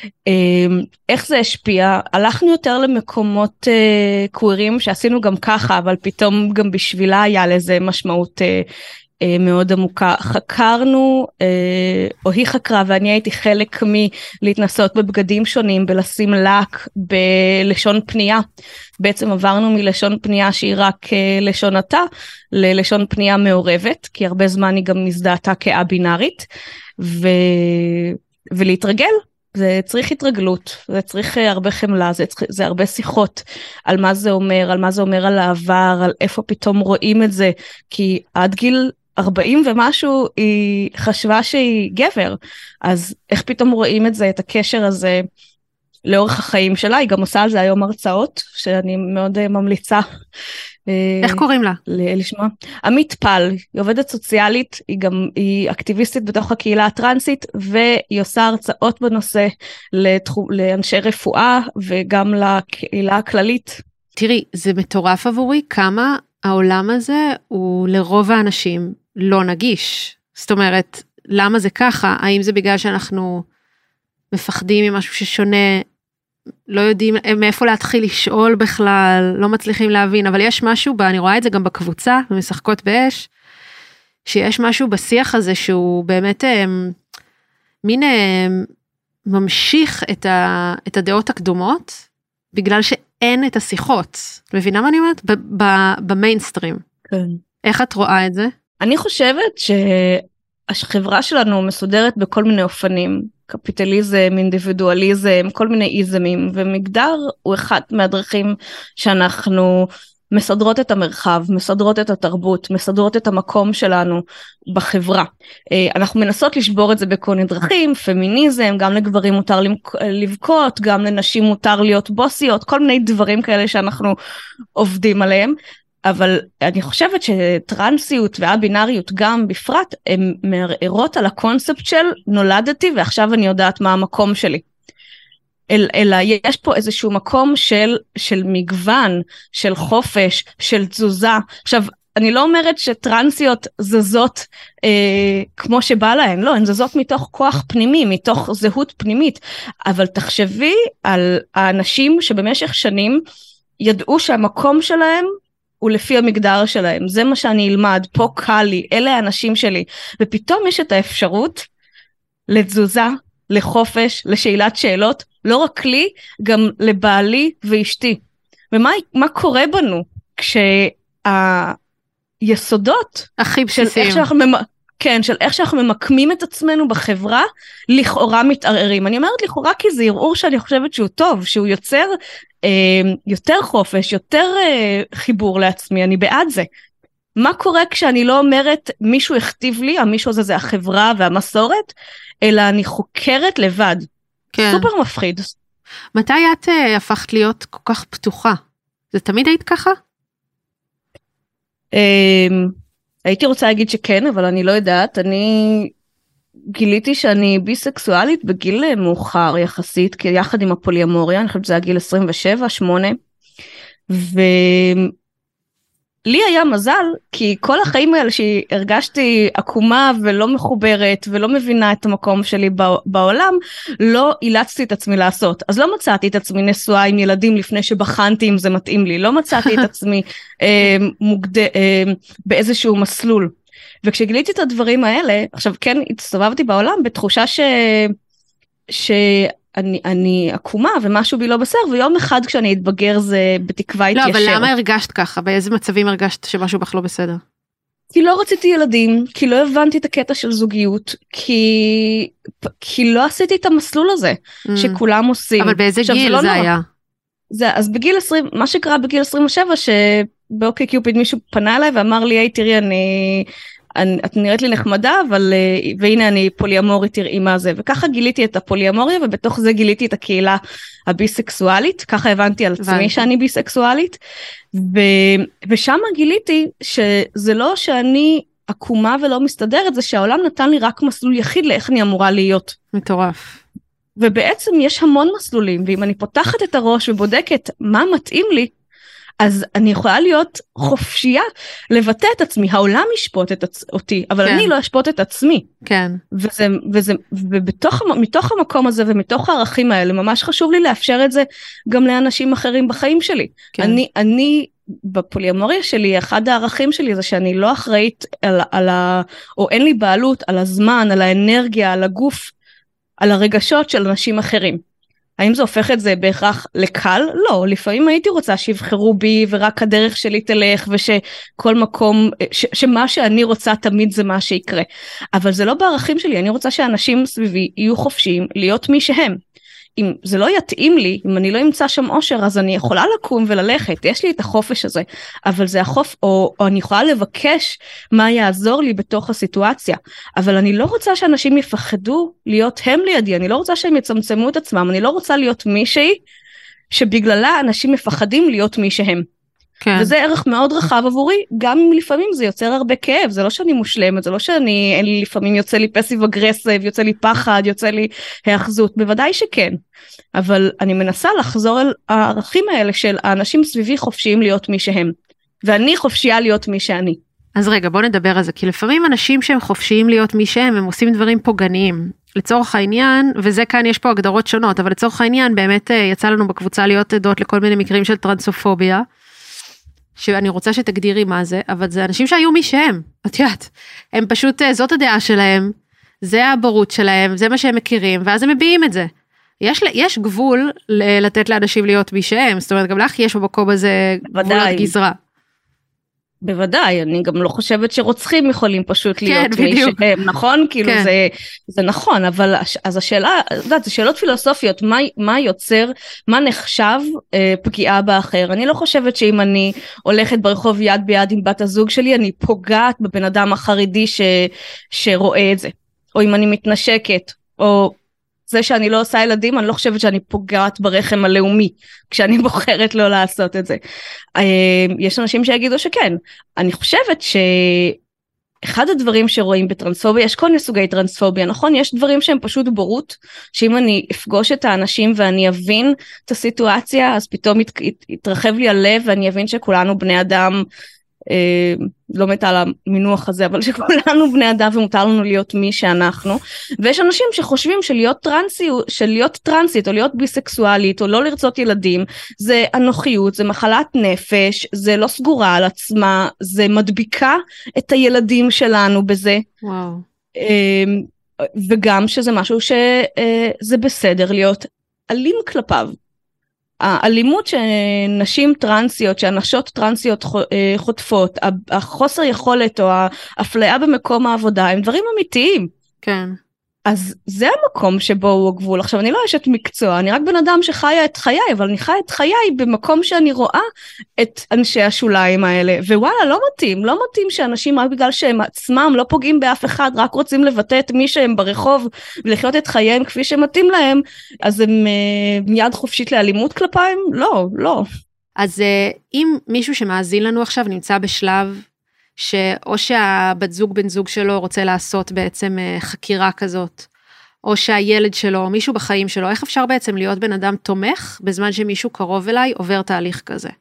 איך זה השפיע? הלכנו יותר למקומות קווירים שעשינו גם ככה, אבל פתאום גם בשבילה היה לזה משמעות מאוד עמוקה. חקרנו, או היא חקרה, ואני הייתי חלק מלהתנסות בבגדים שונים, בלשים לק, בלשון פנייה. בעצם עברנו מלשון פנייה שהיא רק לשונתה, ללשון פנייה מעורבת, כי הרבה זמן היא גם נזדהתה כאבינרית, ו... ולהתרגל. זה צריך התרגלות, זה צריך הרבה חמלה, זה, צריך, זה הרבה שיחות על מה זה אומר, על מה זה אומר על העבר, על איפה פתאום רואים את זה, כי עד גיל ארבעים ומשהו היא חשבה שהיא גבר, אז איך פתאום רואים את זה, את הקשר הזה לאורך החיים שלה. היא גם עושה על זה היום הרצאות, שאני מאוד ממליצה. איך קוראים לה? לשמוע. עמית פל, היא עובדת סוציאלית, היא גם, היא אקטיביסטית בתוך הקהילה הטרנסית, והיא עושה הרצאות בנושא לתחום, לאנשי רפואה, וגם לקהילה הכללית. תראי, זה מטורף עבורי, כמה העולם הזה הוא לרוב האנשים לא נגיש. זאת אומרת, למה זה ככה? האם זה בגלל שאנחנו מפחדים ממשהו ששונה, לא יודעים מאיפה להתחיל לשאול בכלל, לא מצליחים להבין, אבל יש משהו, אני רואה את זה גם בקבוצה, במשחקות באש, שיש משהו בשיח הזה שהוא באמת מין ממשיך את, ה, את הדעות הקדומות, בגלל שאין את השיחות. מבינה מה אני אומרת? במיינסטרים. כן. איך את רואה את זה? אני חושבת שהחברה שלנו מסודרת בכל מיני אופנים, קפיטליזם, אינדיבידואליזם, כל מיני איזמים, ומגדר הוא אחד מהדרכים שאנחנו מסדרות את המרחב, מסדרות את התרבות, מסדרות את המקום שלנו בחברה. אנחנו מנסות לשבור את זה בכל מיני דרכים, פמיניזם, גם לגברים מותר לבכות, גם לנשים מותר להיות בוסיות, כל מיני דברים כאלה שאנחנו עובדים עליהם. אבל אני חושבת שטרנסיות והבינאריות גם בפרט, הן מערערות על הקונספט של נולדתי ועכשיו אני יודעת מה המקום שלי. אל, אלא יש פה איזשהו מקום של, של מגוון, של חופש, של תזוזה. עכשיו, אני לא אומרת שטרנסיות זזות אה, כמו שבא להן, לא, הן זזות מתוך כוח פנימי, מתוך זהות פנימית, אבל תחשבי על האנשים שבמשך שנים ידעו שהמקום שלהם הוא לפי המגדר שלהם, זה מה שאני אלמד, פה קל לי, אלה האנשים שלי, ופתאום יש את האפשרות לתזוזה, לחופש, לשאלת שאלות, לא רק לי, גם לבעלי ואשתי. ומה מה קורה בנו כשהיסודות הכי בסיסיים, כן, של איך שאנחנו ממקמים את עצמנו בחברה, לכאורה מתערערים. אני אומרת לכאורה כי זה ערעור שאני חושבת שהוא טוב, שהוא יוצר אה, יותר חופש, יותר אה, חיבור לעצמי, אני בעד זה. מה קורה כשאני לא אומרת מישהו הכתיב לי, המישהו הזה זה החברה והמסורת, אלא אני חוקרת לבד. כן. סופר מפחיד. מתי את אה, הפכת להיות כל כך פתוחה? זה תמיד היית ככה? אה... הייתי רוצה להגיד שכן, אבל אני לא יודעת. אני גיליתי שאני ביסקסואלית בגיל מאוחר יחסית, כי יחד עם הפוליאמוריה, אני חושבת שזה היה גיל עשרים ושבע, שמונה, לי היה מזל, כי כל החיים האלה שהרגשתי עקומה ולא מחוברת ולא מבינה את המקום שלי בעולם, לא אילצתי את עצמי לעשות. אז לא מצאתי את עצמי נשואה עם ילדים לפני שבחנתי אם זה מתאים לי, לא מצאתי את עצמי אה, מוגד... אה, באיזשהו מסלול. וכשגיליתי את הדברים האלה, עכשיו כן הסתובבתי בעולם בתחושה ש... ש... אני, אני עקומה ומשהו בי לא בסדר, ויום אחד כשאני אתבגר זה בתקווה התיישר. לא, אבל למה הרגשת ככה? באיזה מצבים הרגשת שמשהו בך לא בסדר? כי לא רציתי ילדים, כי לא הבנתי את הקטע של זוגיות, כי, כי לא עשיתי את המסלול הזה mm. שכולם עושים. אבל באיזה גיל זה, לא זה היה? זה, אז בגיל עשרים, מה שקרה בגיל עשרים ושבע, שבאוקיי קיופיד מישהו פנה אליי ואמר לי, היי תראי אני... אני, את נראית לי נחמדה, אבל והנה אני פוליאמורית, תראי מה זה. וככה גיליתי את הפוליאמוריה, ובתוך זה גיליתי את הקהילה הביסקסואלית, ככה הבנתי על עצמי שאני ביסקסואלית, ו, ושם גיליתי שזה לא שאני עקומה ולא מסתדרת, זה שהעולם נתן לי רק מסלול יחיד לאיך אני אמורה להיות. מטורף. ובעצם יש המון מסלולים, ואם אני פותחת את הראש ובודקת מה מתאים לי, אז אני יכולה להיות חופשייה לבטא את עצמי, העולם ישפוט את עצ... אותי, אבל כן. אני לא אשפוט את עצמי. כן. וזה, וזה, ובתוך, מתוך המקום הזה ומתוך הערכים האלה, ממש חשוב לי לאפשר את זה גם לאנשים אחרים בחיים שלי. כן. אני, אני, בפוליאמוריה שלי, אחד הערכים שלי זה שאני לא אחראית על, על ה... או אין לי בעלות על הזמן, על האנרגיה, על הגוף, על הרגשות של אנשים אחרים. האם זה הופך את זה בהכרח לקל? לא, לפעמים הייתי רוצה שיבחרו בי ורק הדרך שלי תלך ושכל מקום, ש, שמה שאני רוצה תמיד זה מה שיקרה. אבל זה לא בערכים שלי, אני רוצה שאנשים סביבי יהיו חופשיים להיות מי שהם. אם זה לא יתאים לי, אם אני לא אמצא שם אושר, אז אני יכולה לקום וללכת, יש לי את החופש הזה, אבל זה החופ, או, או אני יכולה לבקש מה יעזור לי בתוך הסיטואציה, אבל אני לא רוצה שאנשים יפחדו להיות הם לידי, אני לא רוצה שהם יצמצמו את עצמם, אני לא רוצה להיות מישהי, שבגללה אנשים מפחדים להיות מי שהם. כן. וזה ערך מאוד רחב עבורי, גם אם לפעמים זה יוצר הרבה כאב, זה לא שאני מושלמת, זה לא שאני, אין לי, לפעמים יוצא לי פסיב אגרסיב, יוצא לי פחד, יוצא לי האחזות, בוודאי שכן, אבל אני מנסה לחזור אל הערכים האלה של האנשים סביבי חופשיים להיות מי שהם, ואני חופשייה להיות מי שאני. אז רגע, בוא נדבר על זה, כי לפעמים אנשים שהם חופשיים להיות מי שהם, הם עושים דברים פוגעניים, לצורך העניין, וזה כאן יש פה הגדרות שונות, אבל לצורך העניין באמת יצא לנו בקבוצה להיות עדות לכל מיני מקרים של טרנסופוביה, שאני רוצה שתגדירי מה זה, אבל זה אנשים שהיו מי שהם, את יודעת, הם פשוט, זאת הדעה שלהם, זה הבורות שלהם, זה מה שהם מכירים, ואז הם מביאים את זה. יש, יש גבול לתת לאנשים להיות מי שהם, זאת אומרת, גם לך יש במקום הזה גבולות גזרה. בוודאי, אני גם לא חושבת שרוצחים יכולים פשוט להיות כן, מי שהם, נכון? כאילו כן. זה, זה נכון, אבל אז השאלה, יודעת, זה שאלות פילוסופיות, מה, מה יוצר, מה נחשב אה, פגיעה באחר? אני לא חושבת שאם אני הולכת ברחוב יד ביד עם בת הזוג שלי, אני פוגעת בבן אדם החרדי ש, שרואה את זה, או אם אני מתנשקת, או זה שאני לא עושה ילדים, אני לא חושבת שאני פוגעת ברחם הלאומי, כשאני בוחרת לא לעשות את זה. יש אנשים שיגידו שכן. אני חושבת שאחד הדברים שרואים בטרנספוביה, יש כל מיני סוגי טרנספוביה, נכון? יש דברים שהם פשוט בורות, שאם אני אפגוש את האנשים ואני אבין את הסיטואציה, אז פתאום ית, יתרחב לי הלב, ואני אבין שכולנו בני אדם, אה, לא מתה על המינוח הזה, אבל שכולנו בני אדם ומותר לנו להיות מי שאנחנו, ויש אנשים שחושבים שלהיות טרנסי, שלהיות טרנסית או להיות ביסקסואלית או לא לרצות ילדים, זה אנוכיות, זה מחלת נפש, זה לא סגורה על עצמה, זה מדביקה את הילדים שלנו בזה. וואו. וגם שזה משהו שזה בסדר להיות אלים כלפיו. האלימות שנשים טרנסיות, שאנשות טרנסיות חוטפות, החוסר יכולת או האפליה במקום העבודה, הם דברים אמיתיים. כן. אז זה המקום שבו הוא הגבול. עכשיו, אני לא אשת מקצוע, אני רק בן אדם שחיה את חיי, אבל אני חיה את חיי במקום שאני רואה את אנשי השוליים האלה, ווואלה, לא מתאים, לא מתאים שאנשים רק בגלל שהם עצמם לא פוגעים באף אחד, רק רוצים לבטא את מי שהם ברחוב, ולחיות את חייהם כפי שמתאים להם, אז הם מיד חופשית לאלימות כלפיים? לא, לא. אז אם מישהו שמאזין לנו עכשיו נמצא בשלב, שאו שהבת זוג בן זוג שלו רוצה לעשות בעצם חקירה כזאת, או שהילד שלו, או מישהו בחיים שלו, איך אפשר בעצם להיות בן אדם תומך, בזמן שמישהו קרוב אליי עובר תהליך כזה?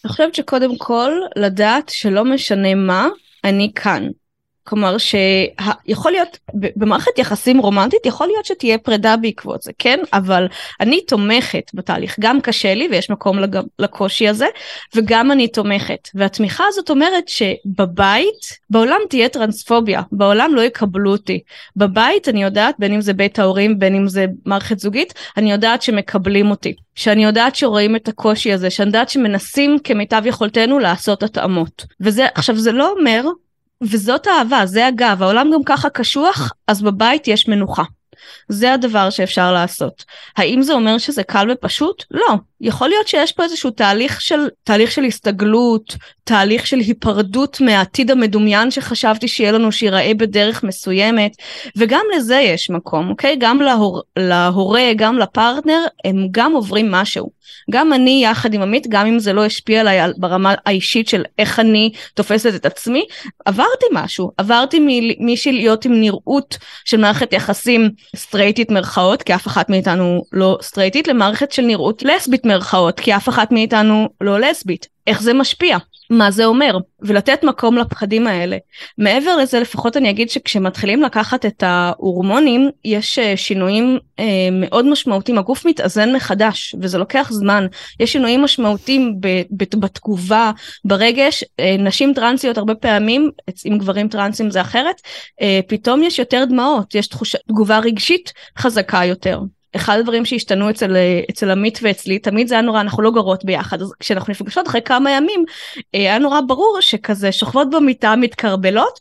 אני חושבת שקודם כל לדעת שלא משנה מה, אני כאן. כלומר שיכול להיות, במערכת יחסים רומנטית, יכול להיות שתהיה פרידה בעקבות זה, כן? אבל אני תומכת בתהליך, גם קשה לי ויש מקום לקושי הזה, וגם אני תומכת. והתמיכה הזאת אומרת שבבית, בעולם תהיה טרנספוביה, בעולם לא יקבלו אותי. בבית אני יודעת, בין אם זה בית ההורים, בין אם זה מערכת זוגית, אני יודעת שמקבלים אותי. שאני יודעת שרואים את הקושי הזה, שאני יודעת שמנסים כמיטב יכולתנו לעשות התאמות. וזה, עכשיו זה לא אומר, וזאת האהבה, זה אגב, העולם גם ככה קשוח, אז בבית יש מנוחה. זה הדבר שאפשר לעשות. האם זה אומר שזה קל ופשוט? לא. יכול להיות שיש פה איזשהו תהליך של, תהליך של הסתגלות, תהליך של היפרדות מהעתיד המדומיין שחשבתי שיהיה לנו שיראה בדרך מסוימת, וגם לזה יש מקום, אוקיי? גם להור, להורה, גם לפרטנר, הם גם עוברים משהו. גם אני יחד עם עמית, גם אם זה לא השפיע עליי ברמה האישית של איך אני תופסת את עצמי, עברתי משהו. עברתי מישהי להיות עם נראות של מערכת יחסים סטרייטית מרכאות, כי אף אחת מאיתנו לא סטרייטית, למערכת של נראות לסבית מרכאות, כי אף אחת מאיתנו לא לסבית. איך זה משפיע? מה זה אומר? ולתת מקום לפחדים האלה. מעבר לזה, לפחות אני אגיד שכשמתחילים לקחת את ההורמונים, יש שינויים אה, מאוד משמעותיים. הגוף מתאזן מחדש, וזה לוקח זמן. יש שינויים משמעותיים ב, ב, בתגובה, ברגש. אה, נשים טרנסיות הרבה פעמים, עם גברים טרנסים זה אחרת, אה, פתאום יש יותר דמעות, יש תחושה, תגובה רגשית חזקה יותר. אחד הדברים שהשתנו אצל, אצל עמית ואצלי, תמיד זה היה נורא, אנחנו לא גרות ביחד, אז כשאנחנו נפגשות אחרי כמה ימים, היה נורא ברור שכזה שוכבות במיטה מתקרבלות,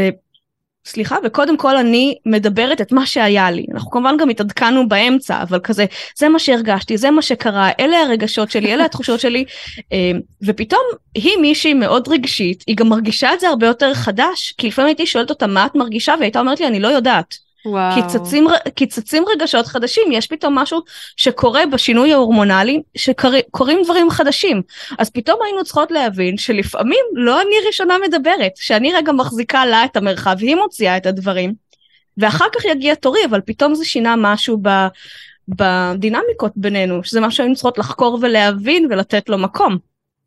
וסליחה, וקודם כל אני מדברת את מה שהיה לי, אנחנו כמובן גם התעדכנו באמצע, אבל כזה, זה מה שהרגשתי, זה מה שקרה, אלה הרגשות שלי, אלה התחושות שלי, ופתאום היא מישהי מאוד רגשית, היא גם מרגישה את זה הרבה יותר חדש, כי לפעמים הייתי שואלת אותה מה את מרגישה, והייתה אומרת לי, אני לא יודעת. קיצצים, קיצצים רגשות חדשים, יש פתאום משהו שקורה בשינוי ההורמונלי, שקוראים דברים חדשים, אז פתאום היינו צריכות להבין שלפעמים לא אני ראשונה מדברת, שאני רגע מחזיקה לה את המרחב, היא מוציאה את הדברים, ואחר כך יגיע תורי, אבל פתאום זה שינה משהו ב, בדינמיקות בינינו, שזה משהו היינו צריכות לחקור ולהבין ולתת לו מקום.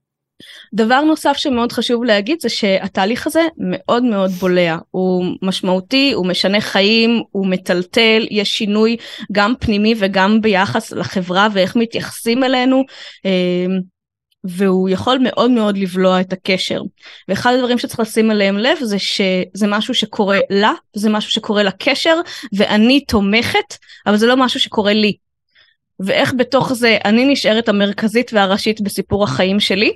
דבר נוסף שמאוד חשוב להגיד זה שהתהליך הזה מאוד מאוד בולע, הוא משמעותי, הוא משנה חיים, הוא מטלטל, יש שינוי גם פנימי וגם ביחס לחברה ואיך מתייחסים אלינו, והוא יכול מאוד מאוד לבלוע את הקשר. ואחד הדברים שצריך לשים עליהם לב זה שזה משהו שקורה לה, זה משהו שקורה לקשר, ואני תומכת, אבל זה לא משהו שקורה לי. ואיך בתוך זה אני נשארת המרכזית והראשית בסיפור החיים שלי,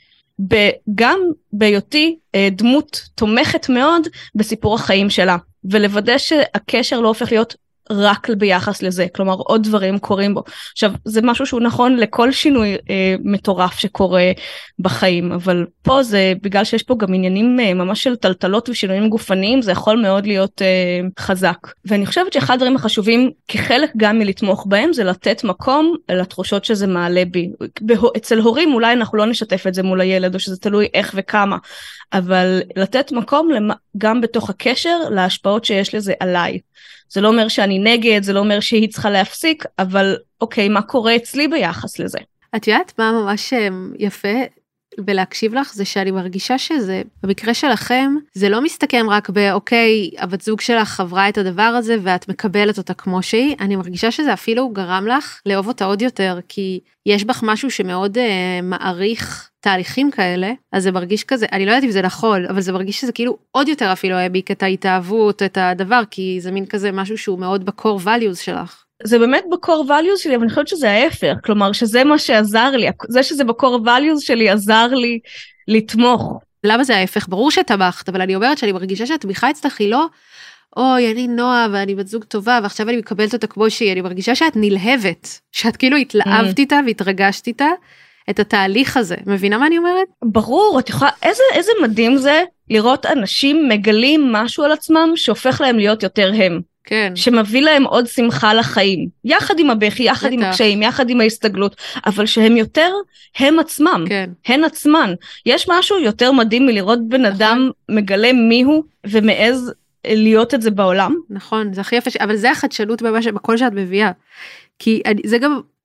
גם בהיותי דמות תומכת מאוד בסיפור החיים שלה, ולוודא שהקשר לא הופך להיות רק ביחס לזה, כלומר עוד דברים קורים בו. עכשיו זה משהו שהוא נכון לכל שינוי אה, מטורף שקורה בחיים, אבל פה זה בגלל שיש פה גם עניינים אה, ממש של טלטלות ושינויים גופניים, זה יכול מאוד להיות אה, חזק. ואני חושבת שאחד הדברים החשובים כחלק גם מלתמוך בהם, זה לתת מקום לתחושות שזה מעלה בי. אצל הורים אולי אנחנו לא נשתף את זה מול הילד, או שזה תלוי איך וכמה, אבל לתת מקום גם בתוך הקשר להשפעות שיש לזה עליי. זה לא אומר שאני נגד, זה לא אומר שהיא צריכה להפסיק, אבל אוקיי, מה קורה אצלי ביחס לזה? את יודעת מה ממש יפה בלהקשיב לך, זה שאני מרגישה שזה, במקרה שלכם, זה לא מסתכם רק באוקיי, הבת זוג שלך חברה את הדבר הזה, ואת מקבלת אותה כמו שהיא, אני מרגישה שזה אפילו גרם לך לאהוב אותה עוד יותר, כי יש בך משהו שמאוד אה, מעריך תהליכים כאלה, אז זה מרגיש כזה, אני לא יודעת אם זה נכון, אבל זה מרגיש שזה כאילו עוד יותר אפילו העמיק את ההתאהבות, את הדבר, כי זה מין כזה משהו שהוא מאוד בקור values שלך. זה באמת בקור values שלי, אבל אני חושבת שזה ההפך, כלומר שזה מה שעזר לי, זה שזה בקור values שלי עזר לי לתמוך. למה זה ההפך? ברור שתמכת, אבל אני אומרת שאני מרגישה שהתמיכה אצלך היא לא, אוי, אני נועה ואני בת זוג טובה, ועכשיו אני מקבלת אותה כמו שהיא, אני מרגישה שאת נלהבת, שאת כאילו התלהבת איתה והתרגשת איתה, את התהליך הזה. מבינה מה אני אומרת? ברור, את יכולה, איזה, איזה מדהים זה לראות אנשים מגלים משהו על עצמם שהופך להם להיות יותר הם. כן. שמביא להם עוד שמחה לחיים. יחד עם הבכי, יחד עם הקשיים, יחד עם ההסתגלות, אבל שהם יותר הם עצמם. כן. הן עצמן. יש משהו יותר מדהים מלראות בן אדם מגלה מיהו ומעז להיות את זה בעולם. נכון, זה הכי יפה, אבל זה החדשנות ממש בכל שאת מביאה. כי אני, זה גם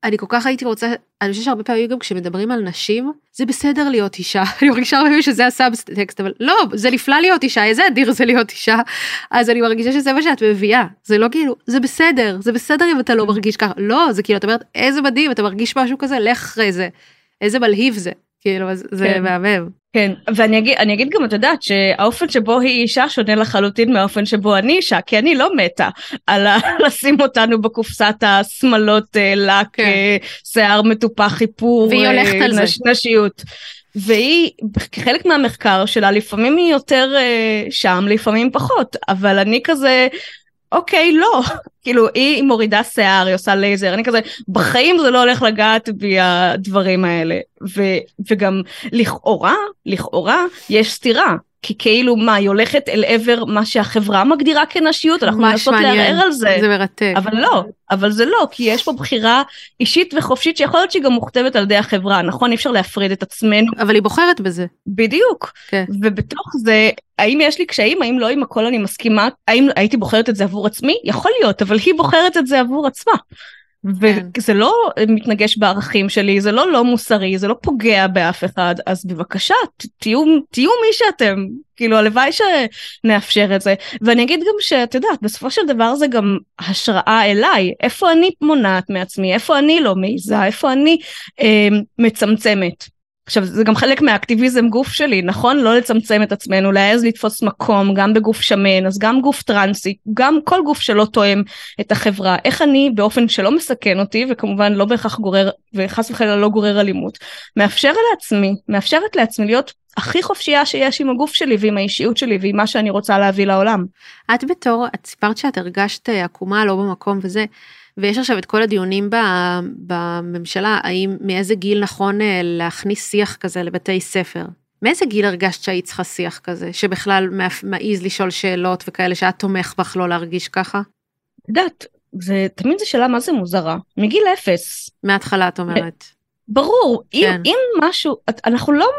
אני כל כך הייתי רוצה, אני חושב שהרבה פעמים גם כשמדברים על נשים, זה בסדר להיות אישה, אני מרגישה הרבה פעמים שזה הסאבטקסט, אבל לא, זה נפלא להיות אישה, איזה אדיר זה להיות אישה, אז אני מרגישה שזה מה שאת מביאה, זה לא כאילו, זה בסדר, זה בסדר אם אתה לא מרגיש ככה, לא, זה כאילו, אתה אומרת, איזה מדהים, אתה מרגיש משהו כזה, לך אחרי זה, איזה מלהיב זה, כאילו, זה מהמם. כן, ואני אגיד, אני אגיד גם, את יודעת, שהאופן שבו היא אישה שונה לחלוטין מהאופן שבו אני אישה, כי אני לא מתה על לשים אותנו בקופסת השמלות, לק, כן. שיער מטופח, חיפור, והיא הולכת על נש, זה. נשיות. והיא, כחלק מהמחקר שלה, לפעמים היא יותר שם, לפעמים פחות, אבל אני כזה, אוקיי, לא, כאילו, היא מורידה שיער, היא עושה לייזר, אני כזה, בחיים זה לא הולך לגעת בי הדברים האלה, ו- וגם לכאורה, לכאורה, יש סתירה, כי כאילו מה, היא הולכת אל עבר מה שהחברה מגדירה כנשיות, אנחנו מנסות לערער על זה, זה מרתק. אבל לא, אבל זה לא, כי יש פה בחירה אישית וחופשית, שיכול להיות שהיא גם מוכתבת על ידי החברה, נכון, אי אפשר להפריד את עצמנו. אבל היא בוחרת בזה. בדיוק, כן. ובתוך זה, האם יש לי קשיים, האם לא, עם הכל אני מסכימה, האם הייתי בוחרת את זה עבור עצמי? יכול להיות, אבל היא בוחרת את זה עבור עצמה. וזה לא מתנגש בערכים שלי, זה לא לא מוסרי, זה לא פוגע באף אחד, אז בבקשה, תהיו, תהיו מי שאתם, כאילו הלוואי שנאפשר את זה, ואני אגיד גם שאת יודעת, בסופו של דבר זה גם השראה אליי, איפה אני מונעת מעצמי, איפה אני לא מעיזה, איפה אני אה, מצמצמת. עכשיו, זה גם חלק מהאקטיביזם גוף שלי, נכון? לא לצמצם את עצמנו, להעז לתפוס מקום, גם בגוף שמן, אז גם גוף טרנסי, גם כל גוף שלא תואם את החברה. איך אני, באופן שלא מסכן אותי, וכמובן לא בהכרח גורר, וחס וחלילה לא גורר אלימות, מאפשר לעצמי, מאפשרת לעצמי להיות הכי חופשייה שיש עם הגוף שלי, ועם האישיות שלי, ועם מה שאני רוצה להביא לעולם. את בתור, את סיפרת שאת הרגשת עקומה, לא במקום וזה, ויש עכשיו את כל הדיונים בממשלה, האם מאיזה גיל נכון להכניס שיח כזה לבתי ספר? מאיזה גיל הרגשת שהיית צריכה שיח כזה, שבכלל מעיז לשאול שאלות וכאלה שאת תומך בך לא להרגיש ככה? יודעת, זה, תמיד זו שאלה מה זה מוזרה, מגיל אפס. מההתחלה את אומרת. ברור, כן. אם, אם משהו, אנחנו לא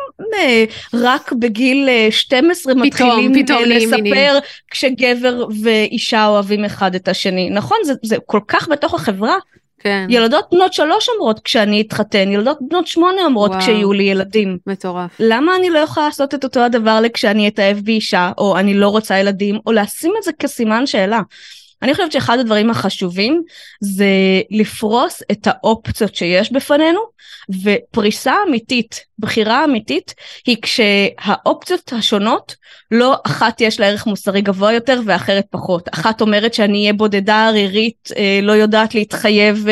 רק בגיל שתים עשרה מתחילים פתאום לספר מינים. כשגבר ואישה אוהבים אחד את השני, נכון? זה, זה כל כך בתוך החברה. כן. ילדות בנות שלוש אומרות כשאני אתחתן, ילדות בנות שמונה אומרות וואו. כשיהיו לי ילדים. מטורף. למה אני לא יכולה לעשות את אותו הדבר כשאני אתאהב באישה, או אני לא רוצה ילדים, או לשים את זה כסימן שאלה. אני חושבת שאחד הדברים החשובים זה לפרוס את האופציות שיש בפנינו, ופריסה אמיתית, בחירה אמיתית, היא כשהאופציות השונות, לא אחת יש לה ערך מוסרי גבוה יותר ואחרת פחות. אחת אומרת שאני אהיה בודדה, ערירית, לא יודעת להתחייב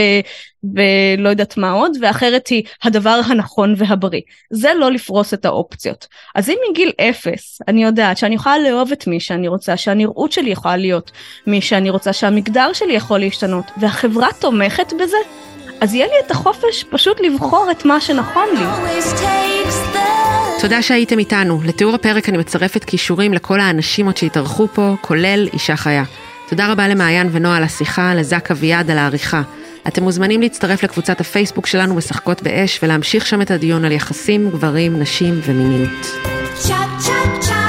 ולא יודעת מה עוד, ואחרת היא הדבר הנכון והבריא. זה לא לפרוס את האופציות. אז אם מגיל אפס, אני יודעת שאני יכולה לאהוב את מי שאני רוצה, שהנראות שלי יכולה להיות מי שאני רוצה, שהמגדר שלי יכול להשתנות, והחברה תומכת בזה, אז יהיה לי את החופש פשוט לבחור את מה שנכון לי. תודה שהייתם איתנו. לתיאור הפרק אני מצרפת קישורים לכל האנשים עוד שהתארחו פה, כולל אישה חיה. תודה רבה למעיין ונועה על השיחה, לזק אביעד על העריכה. אתם מוזמנים להצטרף לקבוצת הפייסבוק שלנו משחקות באש, ולהמשיך שם את הדיון על יחסים, גברים, נשים ומיניות. צ'ה צ'ה צ'ה